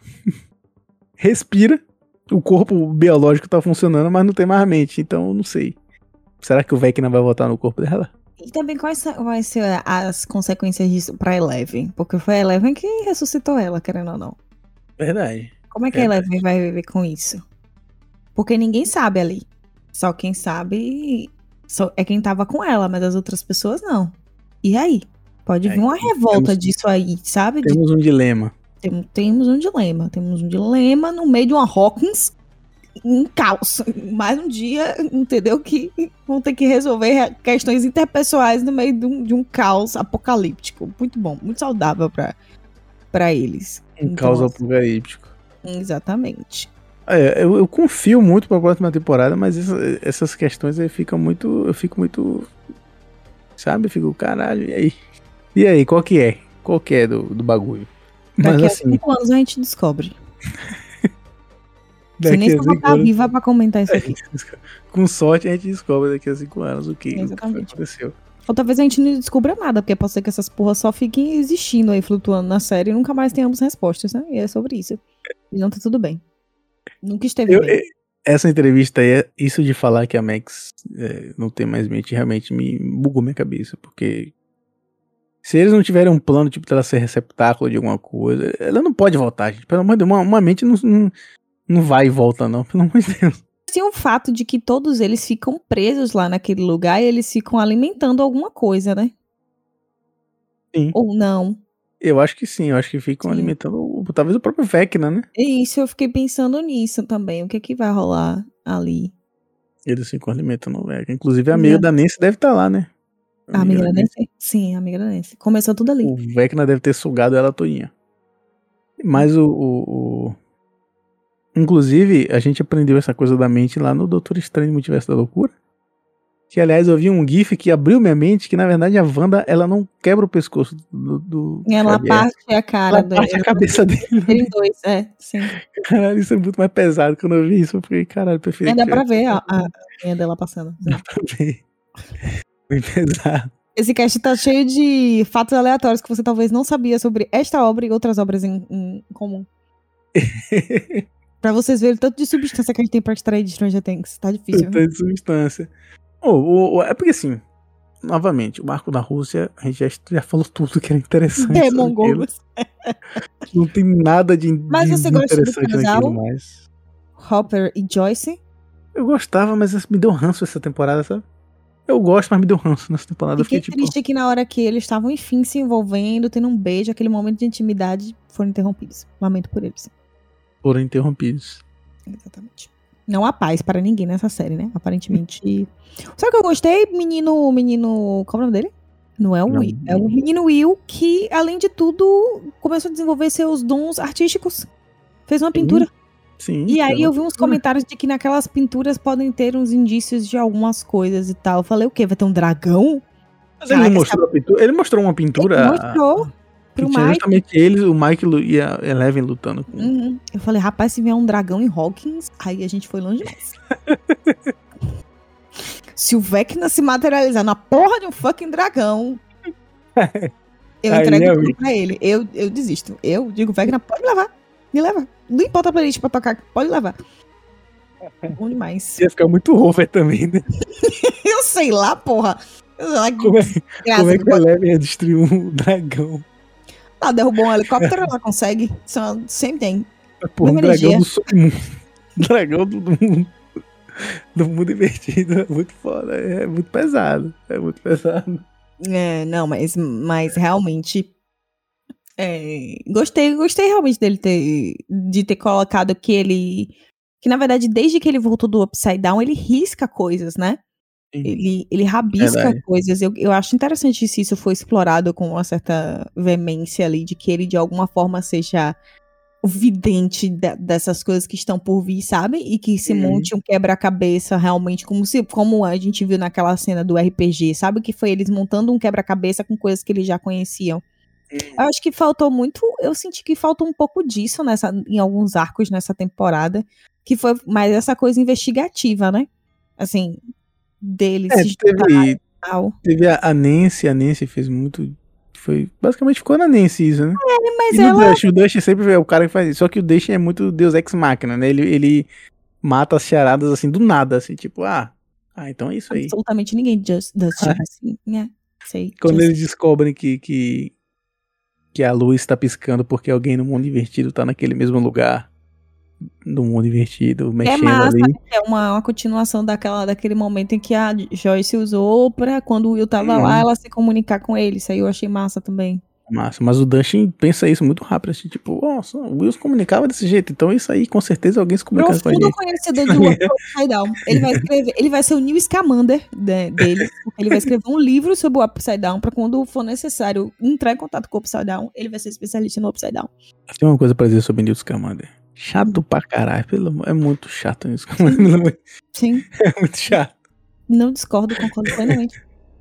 respira, o corpo biológico tá funcionando, mas não tem mais a mente. Então, não sei. Será que o Vecna vai voltar no corpo dela? E também quais vão ser as consequências disso pra Eleven? Porque foi a Eleven que ressuscitou ela, querendo ou não. Verdade. Como é que Verdade. a Eleven vai viver com isso? Porque ninguém sabe ali. Só quem sabe só é quem tava com ela, mas as outras pessoas não. E aí? Pode vir uma revolta temos, disso aí, sabe? Temos de, um dilema. Tem, temos um dilema. Temos um dilema no meio de uma Hawkins em caos. Mais um dia, entendeu? Que vão ter que resolver questões interpessoais no meio de um, de um caos apocalíptico. Muito bom, muito saudável pra, pra eles. Um então, caos apocalíptico. Exatamente. É, eu, eu confio muito pra próxima temporada, mas isso, essas questões aí ficam muito. Eu fico muito. Sabe? Eu fico, caralho, e aí? E aí, qual que é? Qual que é do, do bagulho? Daqui mas a assim. cinco anos a gente descobre. Você nem se eu tá viva pra comentar isso aqui. Com sorte a gente descobre daqui a cinco anos o que, o que aconteceu. Ou talvez a gente não descubra nada, porque pode ser que essas porras só fiquem existindo aí, flutuando na série e nunca mais tenhamos respostas, né? E é sobre isso. E não tá tudo bem. Nunca esteve eu, bem. Essa entrevista aí, isso de falar que a Max é, não tem mais mente, realmente me bugou minha cabeça, porque se eles não tiverem um plano, tipo, dela ser receptáculo de alguma coisa, ela não pode voltar, gente. Pelo amor de Deus, uma, uma mente não, não, não vai e volta, não, pelo amor de Deus. Tem o fato de que todos eles ficam presos lá naquele lugar e eles ficam alimentando alguma coisa, né? Sim. Ou não. Eu acho que sim, eu acho que ficam sim. alimentando talvez o próprio Vecna, né? Isso, eu fiquei pensando nisso também. O que é que vai rolar ali? Eles ficam alimentando o Vecna. Inclusive a amiga é. da Nancy deve estar lá, né? A, a amiga, amiga da Nancy? Nancy? Sim, a amiga da Nancy. Começou tudo ali. O Vecna deve ter sugado ela todinha. Mas o, o, o... Inclusive, a gente aprendeu essa coisa da mente lá no Doutor Estranho Multiverso da Loucura. Que, aliás, eu vi um gif que abriu minha mente, que, na verdade, a Wanda, ela não quebra o pescoço do, do ela Xavier. parte a cara. Ela do... parte a cabeça dele. Em dois, é, sim. Caralho, isso é muito mais pesado. Quando eu vi isso, eu falei, caralho, eu preferi... É, dá pra ver a, a linha dela passando. Sim. Dá pra ver. Bem pesado. Esse cast tá cheio de fatos aleatórios que você talvez não sabia sobre esta obra e outras obras em, em comum. Pra vocês verem o tanto de substância que a gente tem pra extrair de Stranger Things. Tá difícil. Tanto de substância. Oh, oh, oh, é porque assim, novamente, o Marco da Rússia, a gente já, já falou tudo que era interessante. É, mongolos. Não tem nada de, mas de você gosta interessante do casal? naquilo mais. Hopper e Joyce? Eu gostava, mas me deu ranço essa temporada, sabe? Eu gosto, mas me deu ranço nessa temporada. Fiquei, eu fiquei triste tipo... que na hora que eles estavam, enfim, se envolvendo, tendo um beijo, aquele momento de intimidade, foram interrompidos. Lamento por eles. Foram interrompidos. Exatamente. Não há paz para ninguém nessa série, né? Aparentemente. Sabe o que eu gostei? Menino. Menino. Qual é o nome dele? Não é o Will. É o menino Will que, além de tudo, começou a desenvolver seus dons artísticos. Fez uma pintura. Sim. E aí eu vi uns comentários de que naquelas pinturas podem ter uns indícios de algumas coisas e tal. Eu falei, o quê? Vai ter um dragão? Mas ele, ah, não mostrou essa... a pintura? Ele mostrou uma pintura. Ele mostrou. Pro Mike. Justamente eles, o Mike e a Eleven lutando com... Uhum. Eu falei, rapaz, se vier um dragão em Hawkins, aí a gente foi longe demais. Se o Vecna se materializar na porra de um fucking dragão, eu entrego é tudo pra ele. Eu, eu desisto. Eu digo, Vecna, pode levar. Me leva. Não importa a playlist pra tocar, pode levar. Bom demais. Ia ficar muito over também, né? Eu sei lá, porra. Como é, como é que a Eleven ia destruir um dragão? Ela derrubou um helicóptero, ela consegue. Só, sempre tem. Pô, um dragão do submundo. Dragão do mundo. Do mundo invertido. É muito foda. É muito pesado. É muito pesado. É, não, mas, mas realmente. É, gostei, gostei realmente dele ter, de ter colocado que ele. Que na verdade, desde que ele voltou do Upside Down, ele risca coisas, né? Ele, ele rabisca Verdade. coisas. Eu, eu acho interessante se isso foi explorado com uma certa veemência ali, de que ele de alguma forma seja o vidente de, dessas coisas que estão por vir, sabe? E que se uhum. monte um quebra-cabeça realmente, como, se, como a gente viu naquela cena do R P G, sabe? Que foi eles montando um quebra-cabeça com coisas que eles já conheciam. Uhum. Eu acho que faltou muito, eu senti que faltou um pouco disso nessa, em alguns arcos nessa temporada, que foi mais essa coisa investigativa, né? Assim... dele é, se teve, teve a, a Nancy, a Nancy fez muito, foi, basicamente ficou na Nancy isso, né? É, mas e ela... no Dustin, o Dustin sempre é o cara que faz isso, só que o Dustin é muito Deus Ex Machina, né? Ele, ele mata as charadas assim, do nada, assim, tipo, ah, ah então é isso aí. Absolutamente ninguém just, Dustin, ah. assim, né? Sei, Quando just... eles descobrem que, que, que a luz tá piscando porque alguém no mundo invertido tá naquele mesmo lugar, no mundo invertido, mexendo é massa, ali. É uma, uma continuação daquela, daquele momento em que a Joyce usou pra quando o Will tava uhum. lá, ela se comunicar com ele. Isso aí eu achei massa também. Massa, mas o Dustin pensa isso muito rápido, assim, tipo, nossa, o Will se comunicava desse jeito, então isso aí, com certeza, alguém se comunica com ele. Profundo conhecedor de Upside Down. Ele vai escrever, ele vai ser o Neil Scamander de, dele, ele vai escrever um livro sobre o Upside Down, pra quando for necessário entrar em contato com o Upside Down, ele vai ser especialista no Upside Down. Tem uma coisa pra dizer sobre o Neil Scamander. Chato pra caralho, pelo amor, é muito chato isso. Sim. É muito chato. Não discordo, concordo plenamente.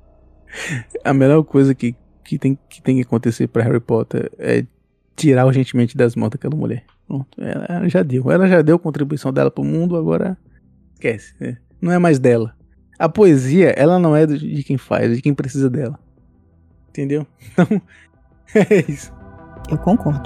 A melhor coisa que, que, tem, que tem que acontecer pra Harry Potter é tirar urgentemente das mãos daquela mulher. Pronto, ela, ela já deu. Ela já deu contribuição dela pro mundo, agora esquece. É. Não é mais dela. A poesia, ela não é de quem faz, é de quem precisa dela. Entendeu? Então, é isso. Eu concordo.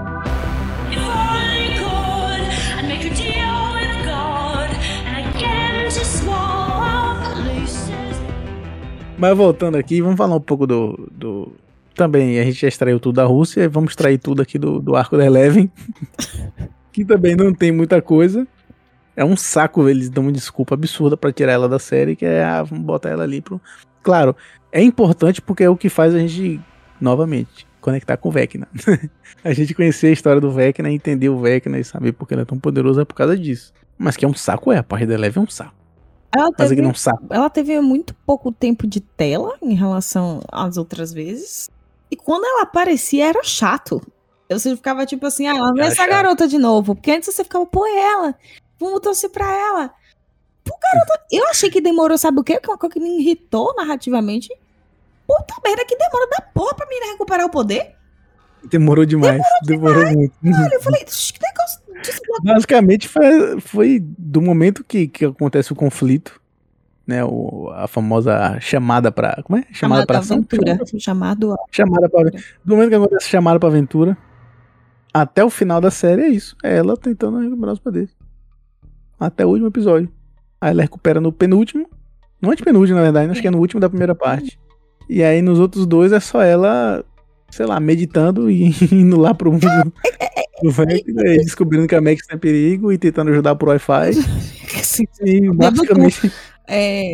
Mas voltando aqui, vamos falar um pouco do, do... Também, a gente já extraiu tudo da Rússia, vamos extrair tudo aqui do, do arco da Eleven. Que também não tem muita coisa. É um saco, eles dão uma desculpa absurda pra tirar ela da série, que é, ah, vamos botar ela ali pro... Claro, é importante porque é o que faz a gente, novamente, conectar com o Vecna. A gente conhecer a história do Vecna, entender o Vecna e saber porque ele é tão poderoso é por causa disso. Mas que é um saco, é. A parte da Eleven é um saco. Ela Mas teve, aqui não sabe. Ela teve muito pouco tempo de tela em relação às outras vezes. E quando ela aparecia, era chato. Você ficava tipo assim, ah, ela vê essa chato. garota de novo. Porque antes você ficava, pô, é ela. Vamos torcer pra ela. Pô, garota, eu achei que demorou, sabe o quê? Que uma coisa que me irritou narrativamente. Puta merda, que demora da porra pra mim recuperar o poder. Demorou demais. Demorou, demorou muito. Olha, eu falei, que negócio. Basicamente foi, foi do momento que, que acontece o conflito, né, o, a famosa chamada pra, como é? Chamada, chamada pra ação? Aventura. Chamado a... Chamada pra, do momento que acontece a chamada pra aventura até o final da série é isso, é ela tentando recuperar os poderes até o último episódio. Aí ela recupera no penúltimo, no antepenúltimo na verdade, acho que é no último da primeira parte, e aí nos outros dois é só ela, sei lá, meditando e indo lá pro mundo do Vecna, e descobrindo que a Max tá em perigo e tentando ajudar pro Wi-Fi. E basicamente... É...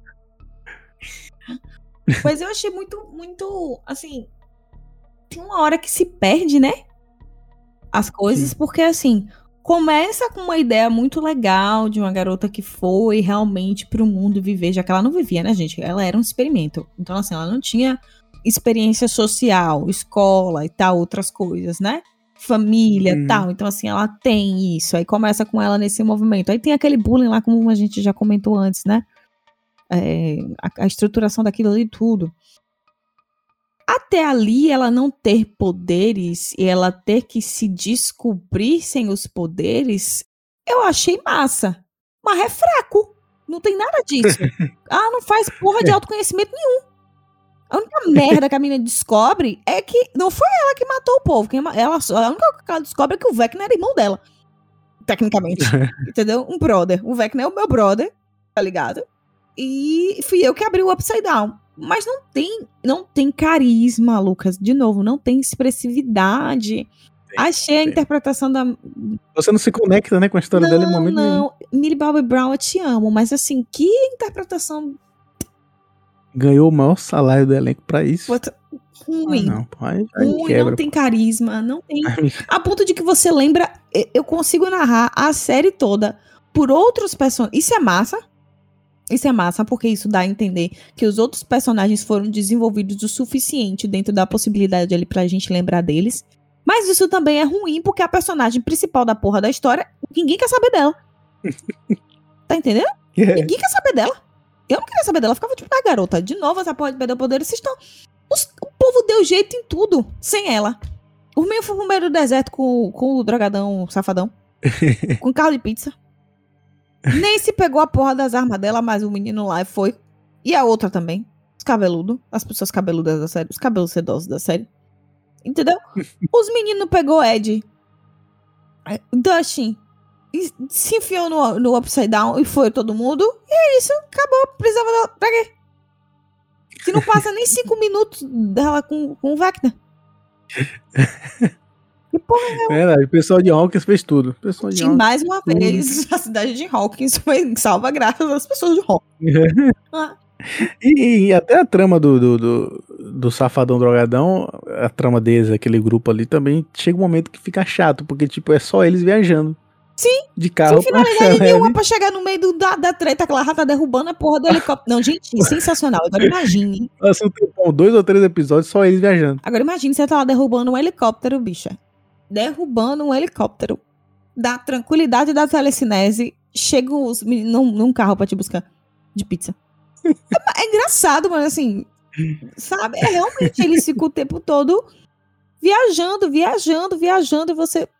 Mas eu achei muito, muito, assim... Tem uma hora que se perde, né? As coisas, Sim. porque assim... Começa com uma ideia muito legal de uma garota que foi realmente pro mundo viver, já que ela não vivia, né, gente? Ela era um experimento. Então, assim, ela não tinha experiência social, escola e tal, outras coisas, né? Família e hum. tal. Então, assim, ela tem isso. Aí começa com ela nesse movimento. Aí tem aquele bullying lá, como a gente já comentou antes, né? É, a, a estruturação daquilo ali, tudo. Até ali, ela não ter poderes e ela ter que se descobrir sem os poderes, eu achei massa. Mas é fraco. Não tem nada disso. Ela não faz porra de autoconhecimento nenhum. A única merda que a menina descobre é que não foi ela que matou o povo. Quem, ela, a única coisa que ela descobre é que o Vecna era irmão dela. Tecnicamente. Entendeu? Um brother. O Vecna é o meu brother, tá ligado? E fui eu que abri o Upside Down. Mas não tem, não tem carisma, Lucas. De novo, não tem expressividade. Tem, Achei a tem. interpretação da... Você não se conecta, né, com a história não, dela em momento não. nenhum. Não, Millie Bobby Brown, eu te amo. Mas assim, que interpretação... Ganhou o maior salário do elenco pra isso. Puta, ruim. Ah, não, pô, aí, aí ruim, quebra, não tem pô. carisma, não tem... A ponto de que você lembra... Eu consigo narrar a série toda por outros personagens. Isso é massa. Isso é massa, porque isso dá a entender que os outros personagens foram desenvolvidos o suficiente dentro da possibilidade ali pra gente lembrar deles. Mas isso também é ruim, porque a personagem principal da porra da história, ninguém quer saber dela. Tá entendendo? Yeah. Ninguém quer saber dela. Eu não queria saber dela, eu ficava tipo, ah, garota, de novo essa porra de perder o poder, vocês estão... Os... O povo deu jeito em tudo, sem ela. O meio foi pro meio do deserto com, com o drogadão safadão. Com carro de pizza. Nem se pegou a porra das armas dela, mas o menino lá foi. E a outra também. Os cabeludos. As pessoas cabeludas da série. Os cabelos sedosos da série. Entendeu? Os meninos pegou Ed. Dustin. E se enfiou no, no Upside Down e foi todo mundo. E é isso. Acabou. Precisava dela. Pra quê? Se não passa nem cinco minutos dela com, com o Vecna. Que porra é? Verdade, o pessoal de Hawkins fez tudo. O pessoal de e Hawkins, mais uma vez, tudo. A cidade de Hawkins foi salva graças às pessoas de Hawkins. ah. e, e até a trama do, do, do, do Safadão Drogadão, a trama deles, aquele grupo ali, também chega um momento que fica chato, porque tipo, é só eles viajando. Sim. De carro. Sem finalidade nenhuma pra chegar no meio do, da, da treta, aquela rata derrubando a porra do helicóptero. Não, gente, sensacional. Agora imagine. Assim, dois ou três episódios, só eles viajando. Agora imagine você tá lá derrubando um helicóptero, bicha. Derrubando um helicóptero. Da tranquilidade da telecinese, chegam os meninos num, num carro pra te buscar de pizza. É, é engraçado, mas assim, sabe? É realmente, eles ficam o tempo todo viajando, viajando, viajando, e você...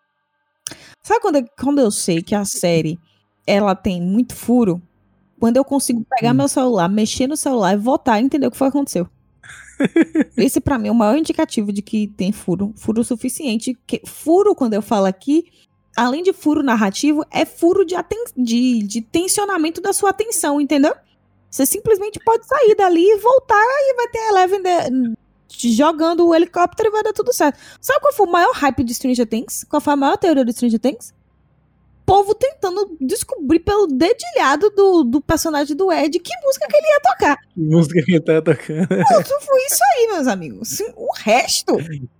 Sabe quando, quando eu sei que a série, ela tem muito furo? Quando eu consigo pegar hum. meu celular, mexer no celular e voltar e entender o que foi que aconteceu. Esse pra mim é o maior indicativo de que tem furo. Furo suficiente. Que, furo, quando eu falo aqui, além de furo narrativo, é furo de, aten- de, de tensionamento da sua atenção, entendeu? Você simplesmente pode sair dali e voltar e vai ter a Eleven de, jogando o helicóptero e vai dar tudo certo. Sabe qual foi o maior hype de Stranger Things? Qual foi a maior teoria de Stranger Things? Povo tentando descobrir pelo dedilhado do, do personagem do Ed que música que ele ia tocar. Que música que ele tá tocando. Pronto, foi isso aí, meus amigos. O resto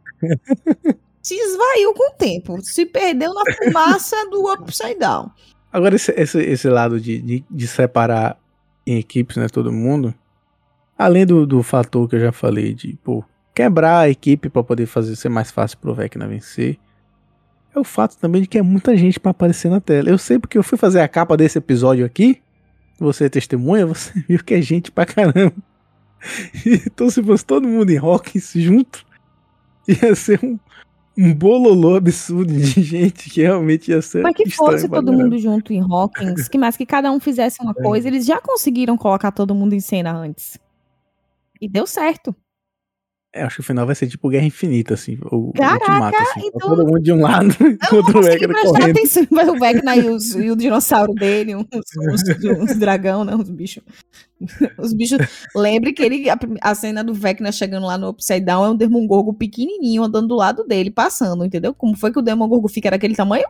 se esvaiu com o tempo. Se perdeu na fumaça do Upside Down. Agora, esse, esse, esse lado de, de, de separar em equipes, né, todo mundo, além do, do fator que eu já falei de, pô, quebrar a equipe pra poder fazer ser mais fácil pro Vecna vencer, é o fato também de que é muita gente pra aparecer na tela. Eu sei porque eu fui fazer a capa desse episódio aqui, você é testemunha, você viu que é gente pra caramba. Então se fosse todo mundo em Hawkins junto, ia ser um, um bololô absurdo de gente que realmente ia ser... Mas que fosse todo mundo junto em Hawkins, que mais que cada um fizesse uma coisa, eles já conseguiram colocar todo mundo em cena antes. E deu certo. É, acho que o final vai ser tipo Guerra Infinita, assim, o Caraca, assim, então... todo mundo de um lado, contra o Vecna correndo. Atenção, o Vecna e, os, e o dinossauro dele, uns, uns, uns dragão, né, uns bichos. Os bichos... Lembre que ele, a, a cena do Vecna chegando lá no Upside Down é um Demogorgon pequenininho andando do lado dele, passando, entendeu? Como foi que o Demogorgon fica daquele tamanho?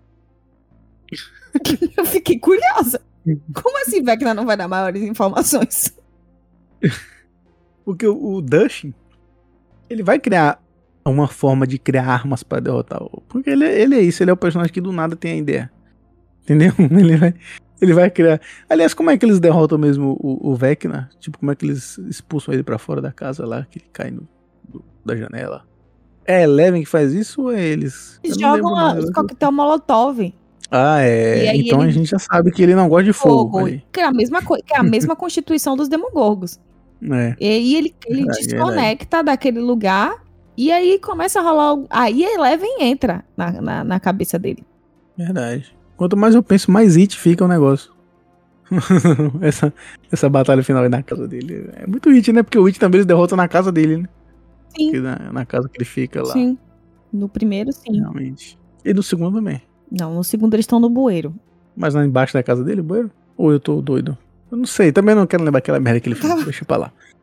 Eu fiquei curiosa. Como assim Vecna não vai dar maiores informações? Porque o, o Dustin, ele vai criar uma forma de criar armas pra derrotar o... Porque ele, ele é isso, ele é o personagem que do nada tem a ideia. Entendeu? Ele vai, ele vai criar... Aliás, como é que eles derrotam mesmo o, o Vecna? Tipo, como é que eles expulsam ele pra fora da casa lá, que ele cai no, do, da janela? É a Eleven que faz isso ou é eles? Eles jogam a, os coquetel Molotov. Ah, é. Então ele... a gente já sabe que ele não gosta de fogo. fogo que, é a mesma co... que é a mesma constituição dos Demogorgos. É. E aí ele, ele é, desconecta é daquele lugar e aí começa a rolar. Aí a Eleven entra na, na, na cabeça dele. Verdade. Quanto mais eu penso, mais it fica o negócio. essa, essa batalha final aí na casa dele. É muito it, né? Porque o it também eles derrotam na casa dele, né? Sim. Na, na casa que ele fica lá. Sim. No primeiro, sim. Realmente. E no segundo também. Não, no segundo eles estão no bueiro. Mas lá embaixo da casa dele, o bueiro? Ou eu tô doido? Eu não sei, também não quero lembrar aquela merda que ele fez. Deixa pra lá.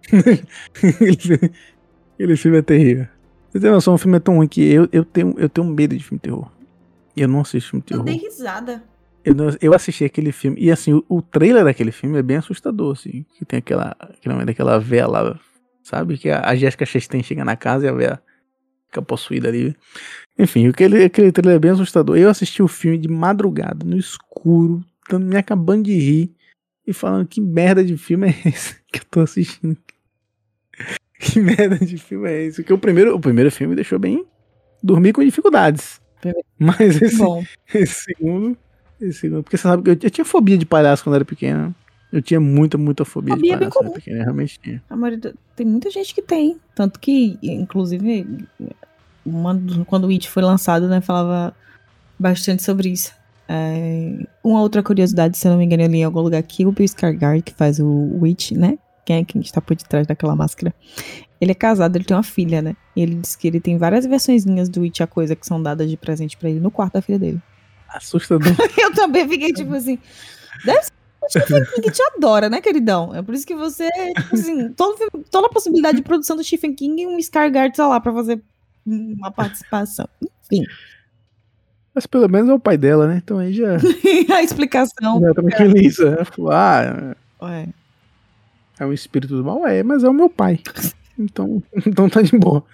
Aquele filme é terrível. Você tem noção, o filme é tão ruim que eu, eu, tenho, eu tenho medo de filme de terror. Eu não assisto filme de Eu terror. dei risada. Eu, não- eu assisti aquele filme, e assim, o, o trailer daquele filme é bem assustador, assim. Que tem aquela, aquela, daquela véia lá, sabe? Que a, a Jessica Chastain chega na casa e a véia fica possuída ali. Enfim, aquele, aquele trailer é bem assustador. Eu assisti o filme de madrugada, no escuro, tando, me acabando de rir, e falando que merda de filme é esse que eu tô assistindo. Que merda de filme é esse? Porque o primeiro, o primeiro filme me deixou bem dormir com dificuldades. Primeiro- Mas esse, Bom, esse segundo, esse segundo, porque você sabe que eu, eu tinha fobia de palhaço quando eu era pequeno. Eu tinha muita, muita fobia, Fobia é de bem palhaço quando eu comum. era pequeno, eu realmente tinha. a maioria do- tem muita gente que tem. Tanto que, inclusive, uma do- quando o It foi lançado, né, falava bastante sobre isso. É, uma outra curiosidade, se eu não me engano, eu li em algum lugar que o Bill Skarsgård, que faz o Witch, né? Quem é quem está por detrás daquela máscara? Ele é casado, ele tem uma filha, né? E ele disse que ele tem várias versõezinhas do Witch, a coisa, que são dadas de presente pra ele no quarto da filha dele. Assustador. Eu também fiquei tipo assim. Deve ser que o Stephen King te adora, né, queridão? É por isso que você, tipo assim, todo filme- toda a possibilidade de produção do Stephen King e um Skarsgård tá lá pra fazer uma participação. Enfim, Mas pelo menos é o pai dela, né? Então aí já, a explicação. já tranquiliza. Né? Falou, ah, Ué, é um espírito do mal? É, mas é o meu pai. Então, então tá de boa.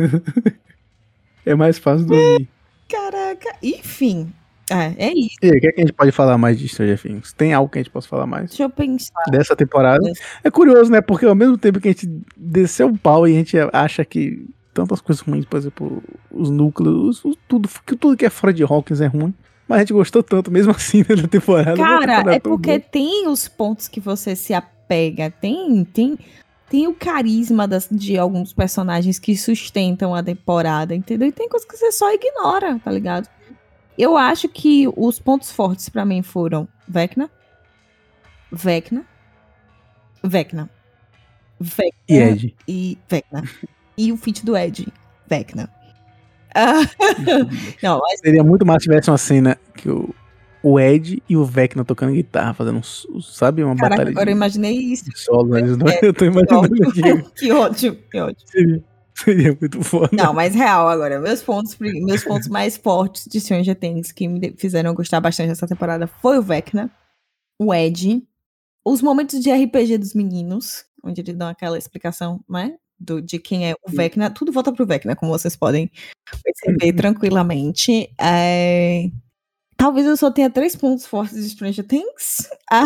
É mais fácil dormir. caraca, enfim. É, é isso. E aí, o que, é que a gente pode falar mais de Stranger Things? Tem algo que a gente possa falar mais Deixa eu pensar. dessa temporada? Dessa- É curioso, né? Porque ao mesmo tempo que a gente desceu o pau e a gente acha que tantas coisas ruins, por exemplo, os núcleos, os- tudo, que tudo que é fora de Hawkins é ruim. Mas a gente gostou tanto, mesmo assim, né, da temporada. Uma Cara, temporada é tão porque boa. tem os pontos que você se apega, tem, tem, tem o carisma das, de alguns personagens que sustentam a temporada, entendeu? E tem coisas que você só ignora, tá ligado? Eu acho que os pontos fortes pra mim foram Vecna, Vecna, Vecna, Vecna E Ed. e Vecna. E o feat do Ed, Vecna. Ah, não, mas Seria muito massa se tivesse uma cena que o, o Ed e o Vecna tocando guitarra, fazendo, um, sabe, uma caraca, batalha agora eu de, imaginei isso. de solo. Né? Eles dois. É, Eu tô Que imaginando aqui. ótimo, que ótimo, que ótimo. Seria, seria muito foda. Não, mas real agora. Meus pontos, pri- meus pontos mais fortes de Stranger Things que me de- fizeram gostar bastante dessa temporada foi o Vecna, o Ed, os momentos de R P G dos meninos, onde eles dão aquela explicação, né? Do, de quem é o Vecna. Tudo volta pro Vecna, como vocês podem perceber tranquilamente. É, talvez eu só tenha três pontos fortes de Stranger Things. Ah,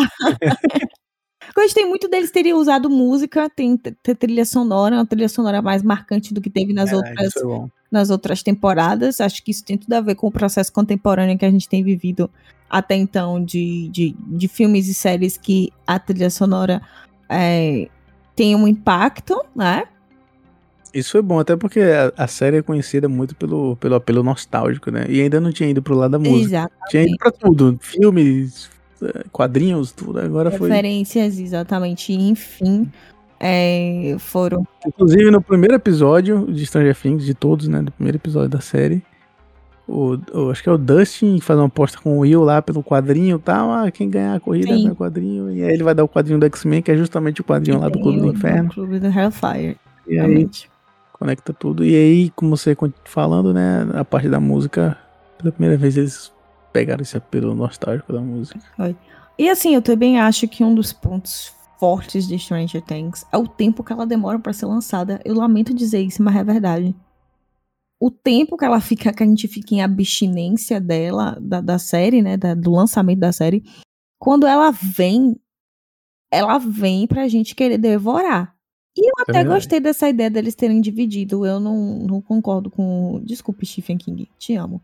gostei muito deles terem usado música, tem t- ter trilha sonora, uma trilha sonora mais marcante do que teve nas É, outras isso é bom. nas outras temporadas. Acho que isso tem tudo a ver com o processo contemporâneo que a gente tem vivido até então de, de, de filmes e séries que a trilha sonora é, tem um impacto, né? Isso foi bom, até porque a, a série é conhecida muito pelo, pelo apelo nostálgico, né? E ainda não tinha ido pro lado da música. Exatamente. Tinha ido pra tudo. Filmes, eh, quadrinhos, tudo. Agora foi. Referências, exatamente. Enfim, é, foram. Inclusive, no primeiro episódio de Stranger Things, de todos, né? Do primeiro episódio da série. O, o- acho que é o Dustin faz uma aposta com o Will lá pelo quadrinho e tal. Ah, quem ganhar a corrida Sim. ganha o quadrinho. E aí ele vai dar o quadrinho do X-Men, que é justamente o quadrinho lá do Clube do Inferno. Clube do Hellfire. E aí Realmente. conecta tudo. E aí, como você continua falando, né? A parte da música, pela primeira vez eles pegaram esse apelo nostálgico da música. E assim, eu também acho que um dos pontos fortes de Stranger Things é o tempo que ela demora pra ser lançada. Eu lamento dizer isso, mas é verdade. O tempo que ela fica, que a gente fica em abstinência dela, da, da série, né, da- do lançamento da série, quando ela vem, ela vem pra gente querer devorar. E eu É até verdade. gostei dessa ideia deles terem dividido. Eu não, não concordo com... Desculpe, Stephen King, te amo.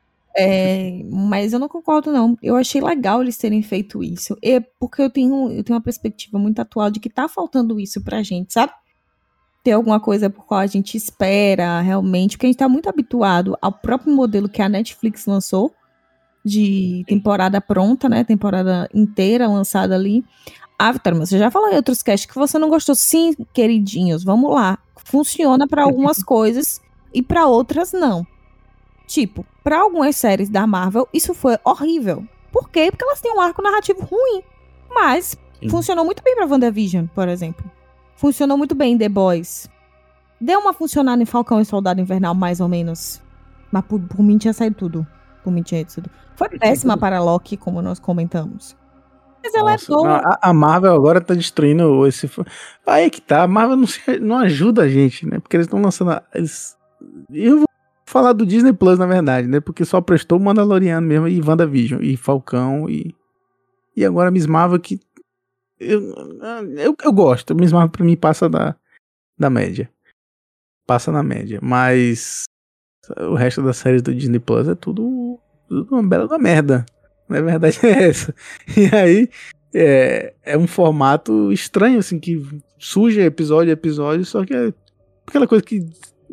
É, mas eu não concordo, não. Eu achei legal eles terem feito isso. É porque eu tenho, eu tenho uma perspectiva muito atual de que tá faltando isso pra gente, sabe? Ter alguma coisa por qual a gente espera realmente, porque a gente tá muito habituado ao próprio modelo que a Netflix lançou, de temporada pronta, né? Temporada inteira lançada ali. Ah, Vitória, mas você já falou em outros casts que você não gostou. Sim, queridinhos, vamos lá. Funciona pra algumas coisas e pra outras não. Tipo, pra algumas séries da Marvel, isso foi horrível. Por quê? Porque elas têm um arco narrativo ruim. Mas Sim. funcionou muito bem pra WandaVision, por exemplo. Funcionou muito bem em The Boys. Deu uma funcionada em Falcão e Soldado Invernal, mais ou menos. Mas por, por mim tinha saído tudo. Por mim tinha saído tudo. Foi péssima para Loki, como nós comentamos. Mas ela Nossa, é boa. não, a, a Marvel agora tá destruindo esse... Aí é que tá, a Marvel não, se, não ajuda a gente, né? Porque eles estão lançando... A, eles... Eu vou falar do Disney Plus, na verdade, né? Porque só prestou o Mandaloriano mesmo, e WandaVision, e Falcão, e... E agora Miss Marvel que... Eu, eu, eu gosto, Miss Marvel pra mim passa da, da média. Passa na média, mas... O resto das séries do Disney Plus é tudo, tudo uma bela da merda. Na verdade é essa. E aí é, é um formato estranho, assim, que surge episódio a episódio, só que é aquela coisa que,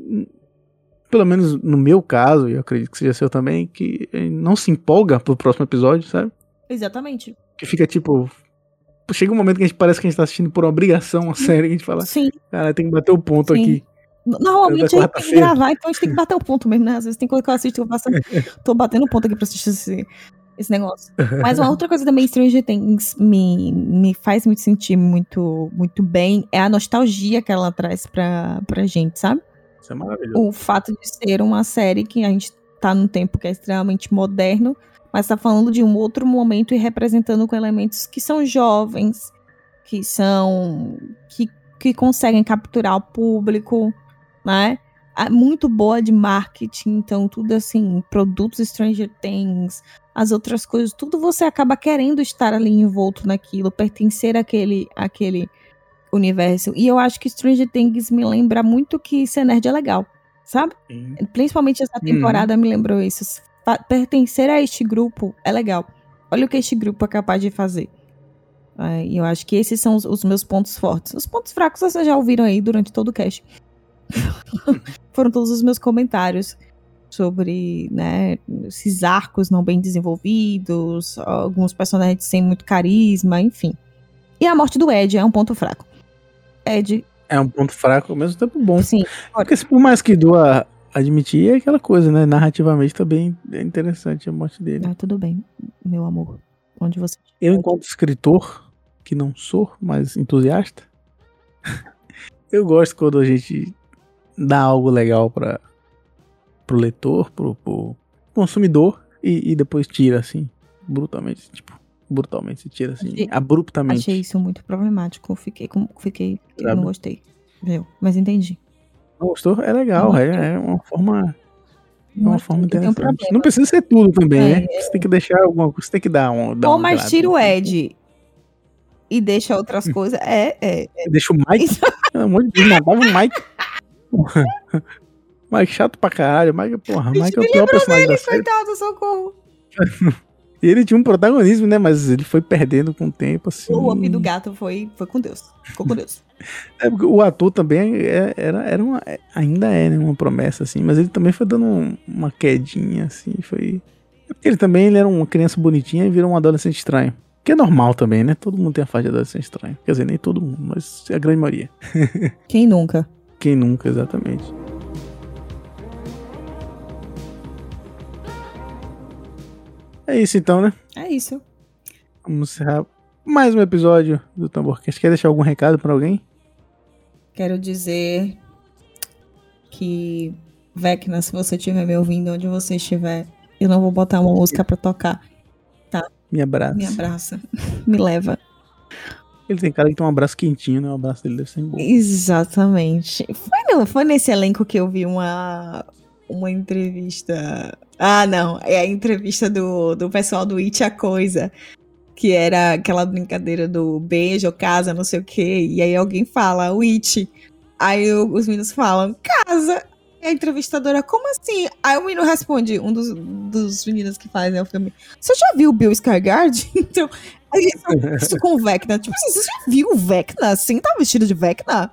pelo menos no meu caso, e eu acredito que seja seu também, que não se empolga pro próximo episódio, sabe? Exatamente. Que fica tipo... Chega um momento que a gente parece que a gente tá assistindo por obrigação uma série, que a gente fala, Sim. Cara, tem que bater o ponto Sim. aqui. Normalmente a gente tem que gravar, então a gente tem que bater o ponto mesmo, né? Às vezes tem coisa que eu assisto, eu faço, tô batendo ponto aqui pra assistir esse, esse negócio. Mas uma outra coisa também, Stranger Things me, me faz muito sentir muito, muito bem, é a nostalgia que ela traz pra, pra gente, sabe? Isso é maravilhoso. O fato de ser uma série que a gente tá num tempo que é extremamente moderno, mas tá falando de um outro momento e representando com elementos que são jovens, que são... que, que conseguem capturar o público, né? Muito boa de marketing, então tudo assim, produtos Stranger Things, as outras coisas, tudo você acaba querendo estar ali envolto naquilo, pertencer àquele, àquele universo. E eu acho que Stranger Things me lembra muito que ser nerd é legal, sabe? Sim. Principalmente essa temporada uhum. me lembrou isso. Pertencer a este grupo é legal. Olha o que este grupo é capaz de fazer. E eu acho que esses são os, os meus pontos fortes. Os pontos fracos vocês já ouviram aí durante todo o cast. Foram todos os meus comentários sobre, né, esses arcos não bem desenvolvidos, alguns personagens sem muito carisma, enfim. E a morte do Ed é um ponto fraco. Ed... É um ponto fraco, ao mesmo tempo bom. Sim. Porque por mais que doa admitir, é aquela coisa, né? Narrativamente também é interessante a morte dele. Ah, tudo bem, meu amor. Onde você... Eu, enquanto escritor, que não sou, mas entusiasta, eu gosto quando a gente dá algo legal para pro leitor, pro, pro consumidor e, e depois tira assim, brutalmente, tipo, brutalmente se tira assim, achei, abruptamente. Achei isso muito problemático, fiquei, fiquei, eu não gostei, viu? Mas entendi. Não gostou? É legal, não, é, é uma forma, é uma forma interessante. Não precisa ser tudo também, é, né? Você tem que deixar alguma coisa, você tem que dar um... Dar Ou um mais tira o Ed e deixa outras coisas, é, é, é. Deixa o Mike, pelo amor de Deus, matava o Mike. Mike chato pra caralho. Mike, porra, Mike é o pior personagem dele, da série. Coitado, socorro. E ele tinha um protagonismo, né? Mas ele foi perdendo com o tempo, assim. O Up do gato foi, foi com Deus. Ficou com Deus. É, porque o ator também era, era uma, ainda é, né, uma promessa, assim. Mas ele também foi dando um, uma quedinha, assim. Foi... Ele também ele era uma criança bonitinha e virou um adolescente estranho. Que é normal também, né? Todo mundo tem a fase de adolescente estranho. Quer dizer, nem todo mundo, mas a grande maioria. Quem nunca? Quem nunca, exatamente. É isso então, né? É isso. Vamos encerrar mais um episódio do Tamborcast. Quer deixar algum recado pra alguém? Quero dizer que, Vecna, se você estiver me ouvindo, onde você estiver, eu não vou botar uma música pra tocar, tá? Me abraça. Me abraça. Me leva. Ele tem cara que tem um abraço quentinho, né? O abraço dele deve ser bom. Exatamente. Foi, não, foi nesse elenco que eu vi uma... uma entrevista... Ah, não. É a entrevista do, do pessoal do It a Coisa. Que era aquela brincadeira do beijo, casa, não sei o quê. E aí alguém fala, o It. Aí o, os meninos falam, casa. E a entrevistadora, como assim? Aí o menino responde, um dos, dos meninos que fazem o filme, você já viu o Bill Skarsgård? Então, isso, isso com o Vecna. Tipo assim, você já viu o Vecna? Assim, tá vestido de Vecna?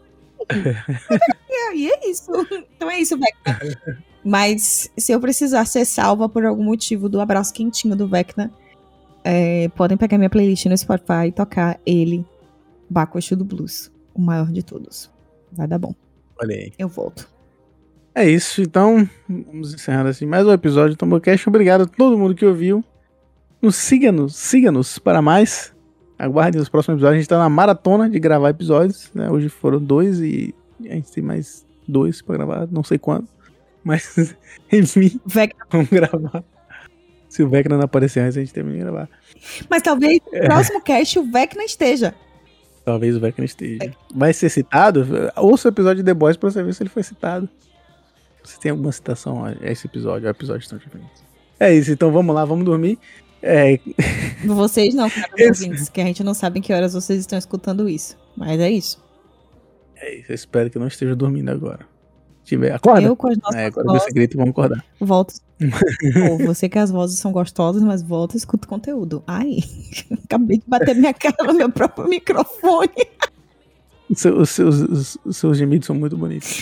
E é isso. Então é isso, Vecna. Mas se eu precisar ser salva por algum motivo do abraço quentinho do Vecna, é, podem pegar minha playlist no Spotify e tocar ele, Bacuxo do Blues, o maior de todos. Vai dar bom. Olha aí. Eu volto. É isso, então vamos encerrando assim mais um episódio do Tamborcast. Obrigado a todo mundo que ouviu. Nos siga-nos, siga-nos para mais. Aguardem os próximos episódios. A gente tá na maratona de gravar episódios, né? Hoje foram dois e a gente tem mais dois pra gravar, não sei quando. Mas, enfim, Vecna. vamos gravar. Se o Vecna não aparecer antes, a gente termina de gravar. Mas talvez no próximo cast o Vecna esteja. Talvez o Vecna esteja. Vai ser citado? Ouça o episódio de The Boys pra você ver se ele foi citado. Se tem alguma citação a esse episódio, ou episódios tão diferentes. É isso, então vamos lá, vamos dormir. É... Vocês não, caros Esse... ouvintes, que a gente não sabe em que horas vocês estão escutando isso. Mas é isso. É isso, eu espero que não esteja dormindo agora. Se tiver, acorda. Eu com as nossas É, agora vozes, você grita e vamos acordar. volto. Pô, você que as vozes são gostosas, mas volta e escuta o conteúdo. Ai, acabei de bater minha cara no meu próprio microfone. Os seus, os seus, os, os seus gemidos são muito bonitos.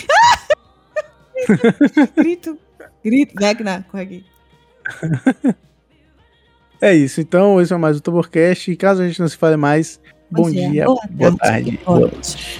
Grito, grito. Vecna, corre aqui. É isso, então esse é mais o Tamborcast. E caso a gente não se fale mais, bom, bom dia, dia, boa, boa tarde, boa noite.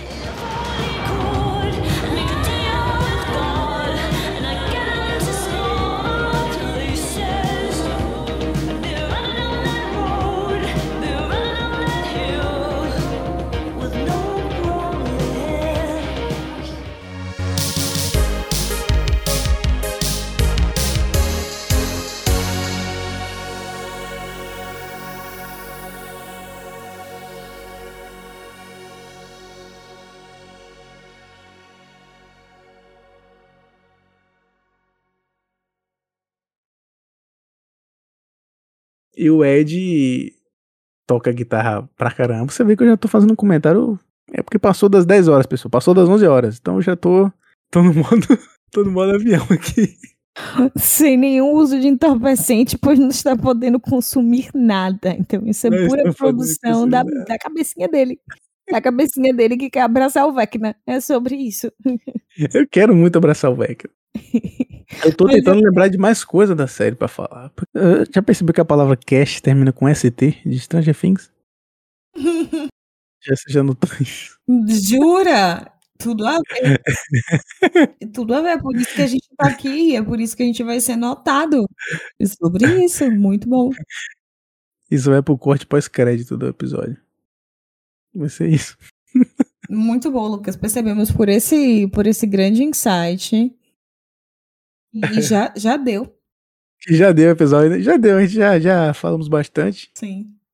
E o Ed toca guitarra pra caramba. Você vê que eu já tô fazendo um comentário. É porque passou das dez horas, pessoal. Passou das onze horas. Então eu já tô, tô no modo, tô no modo avião aqui. Sem nenhum uso de entorpecente, pois não está podendo consumir nada. Então isso é não pura produção da, da cabecinha dele. Da cabecinha dele que quer abraçar o Vecna. É sobre isso. Eu quero muito abraçar o Vecna. Eu tô tentando eu... lembrar de mais coisa da série pra falar. Eu já percebeu que a palavra cast termina com S T de Stranger Things? já, já notou isso? Jura? Tudo a ver. Tudo a ver. É por isso que a gente tá aqui. É por isso que a gente vai ser notado. É sobre isso. Muito bom. Isso vai pro corte pós-crédito do episódio. Vai ser isso. Muito bom, Lucas. Percebemos por esse, por esse grande insight. E já, já deu. Já deu o episódio. Já deu. A gente já, já falamos bastante. Sim.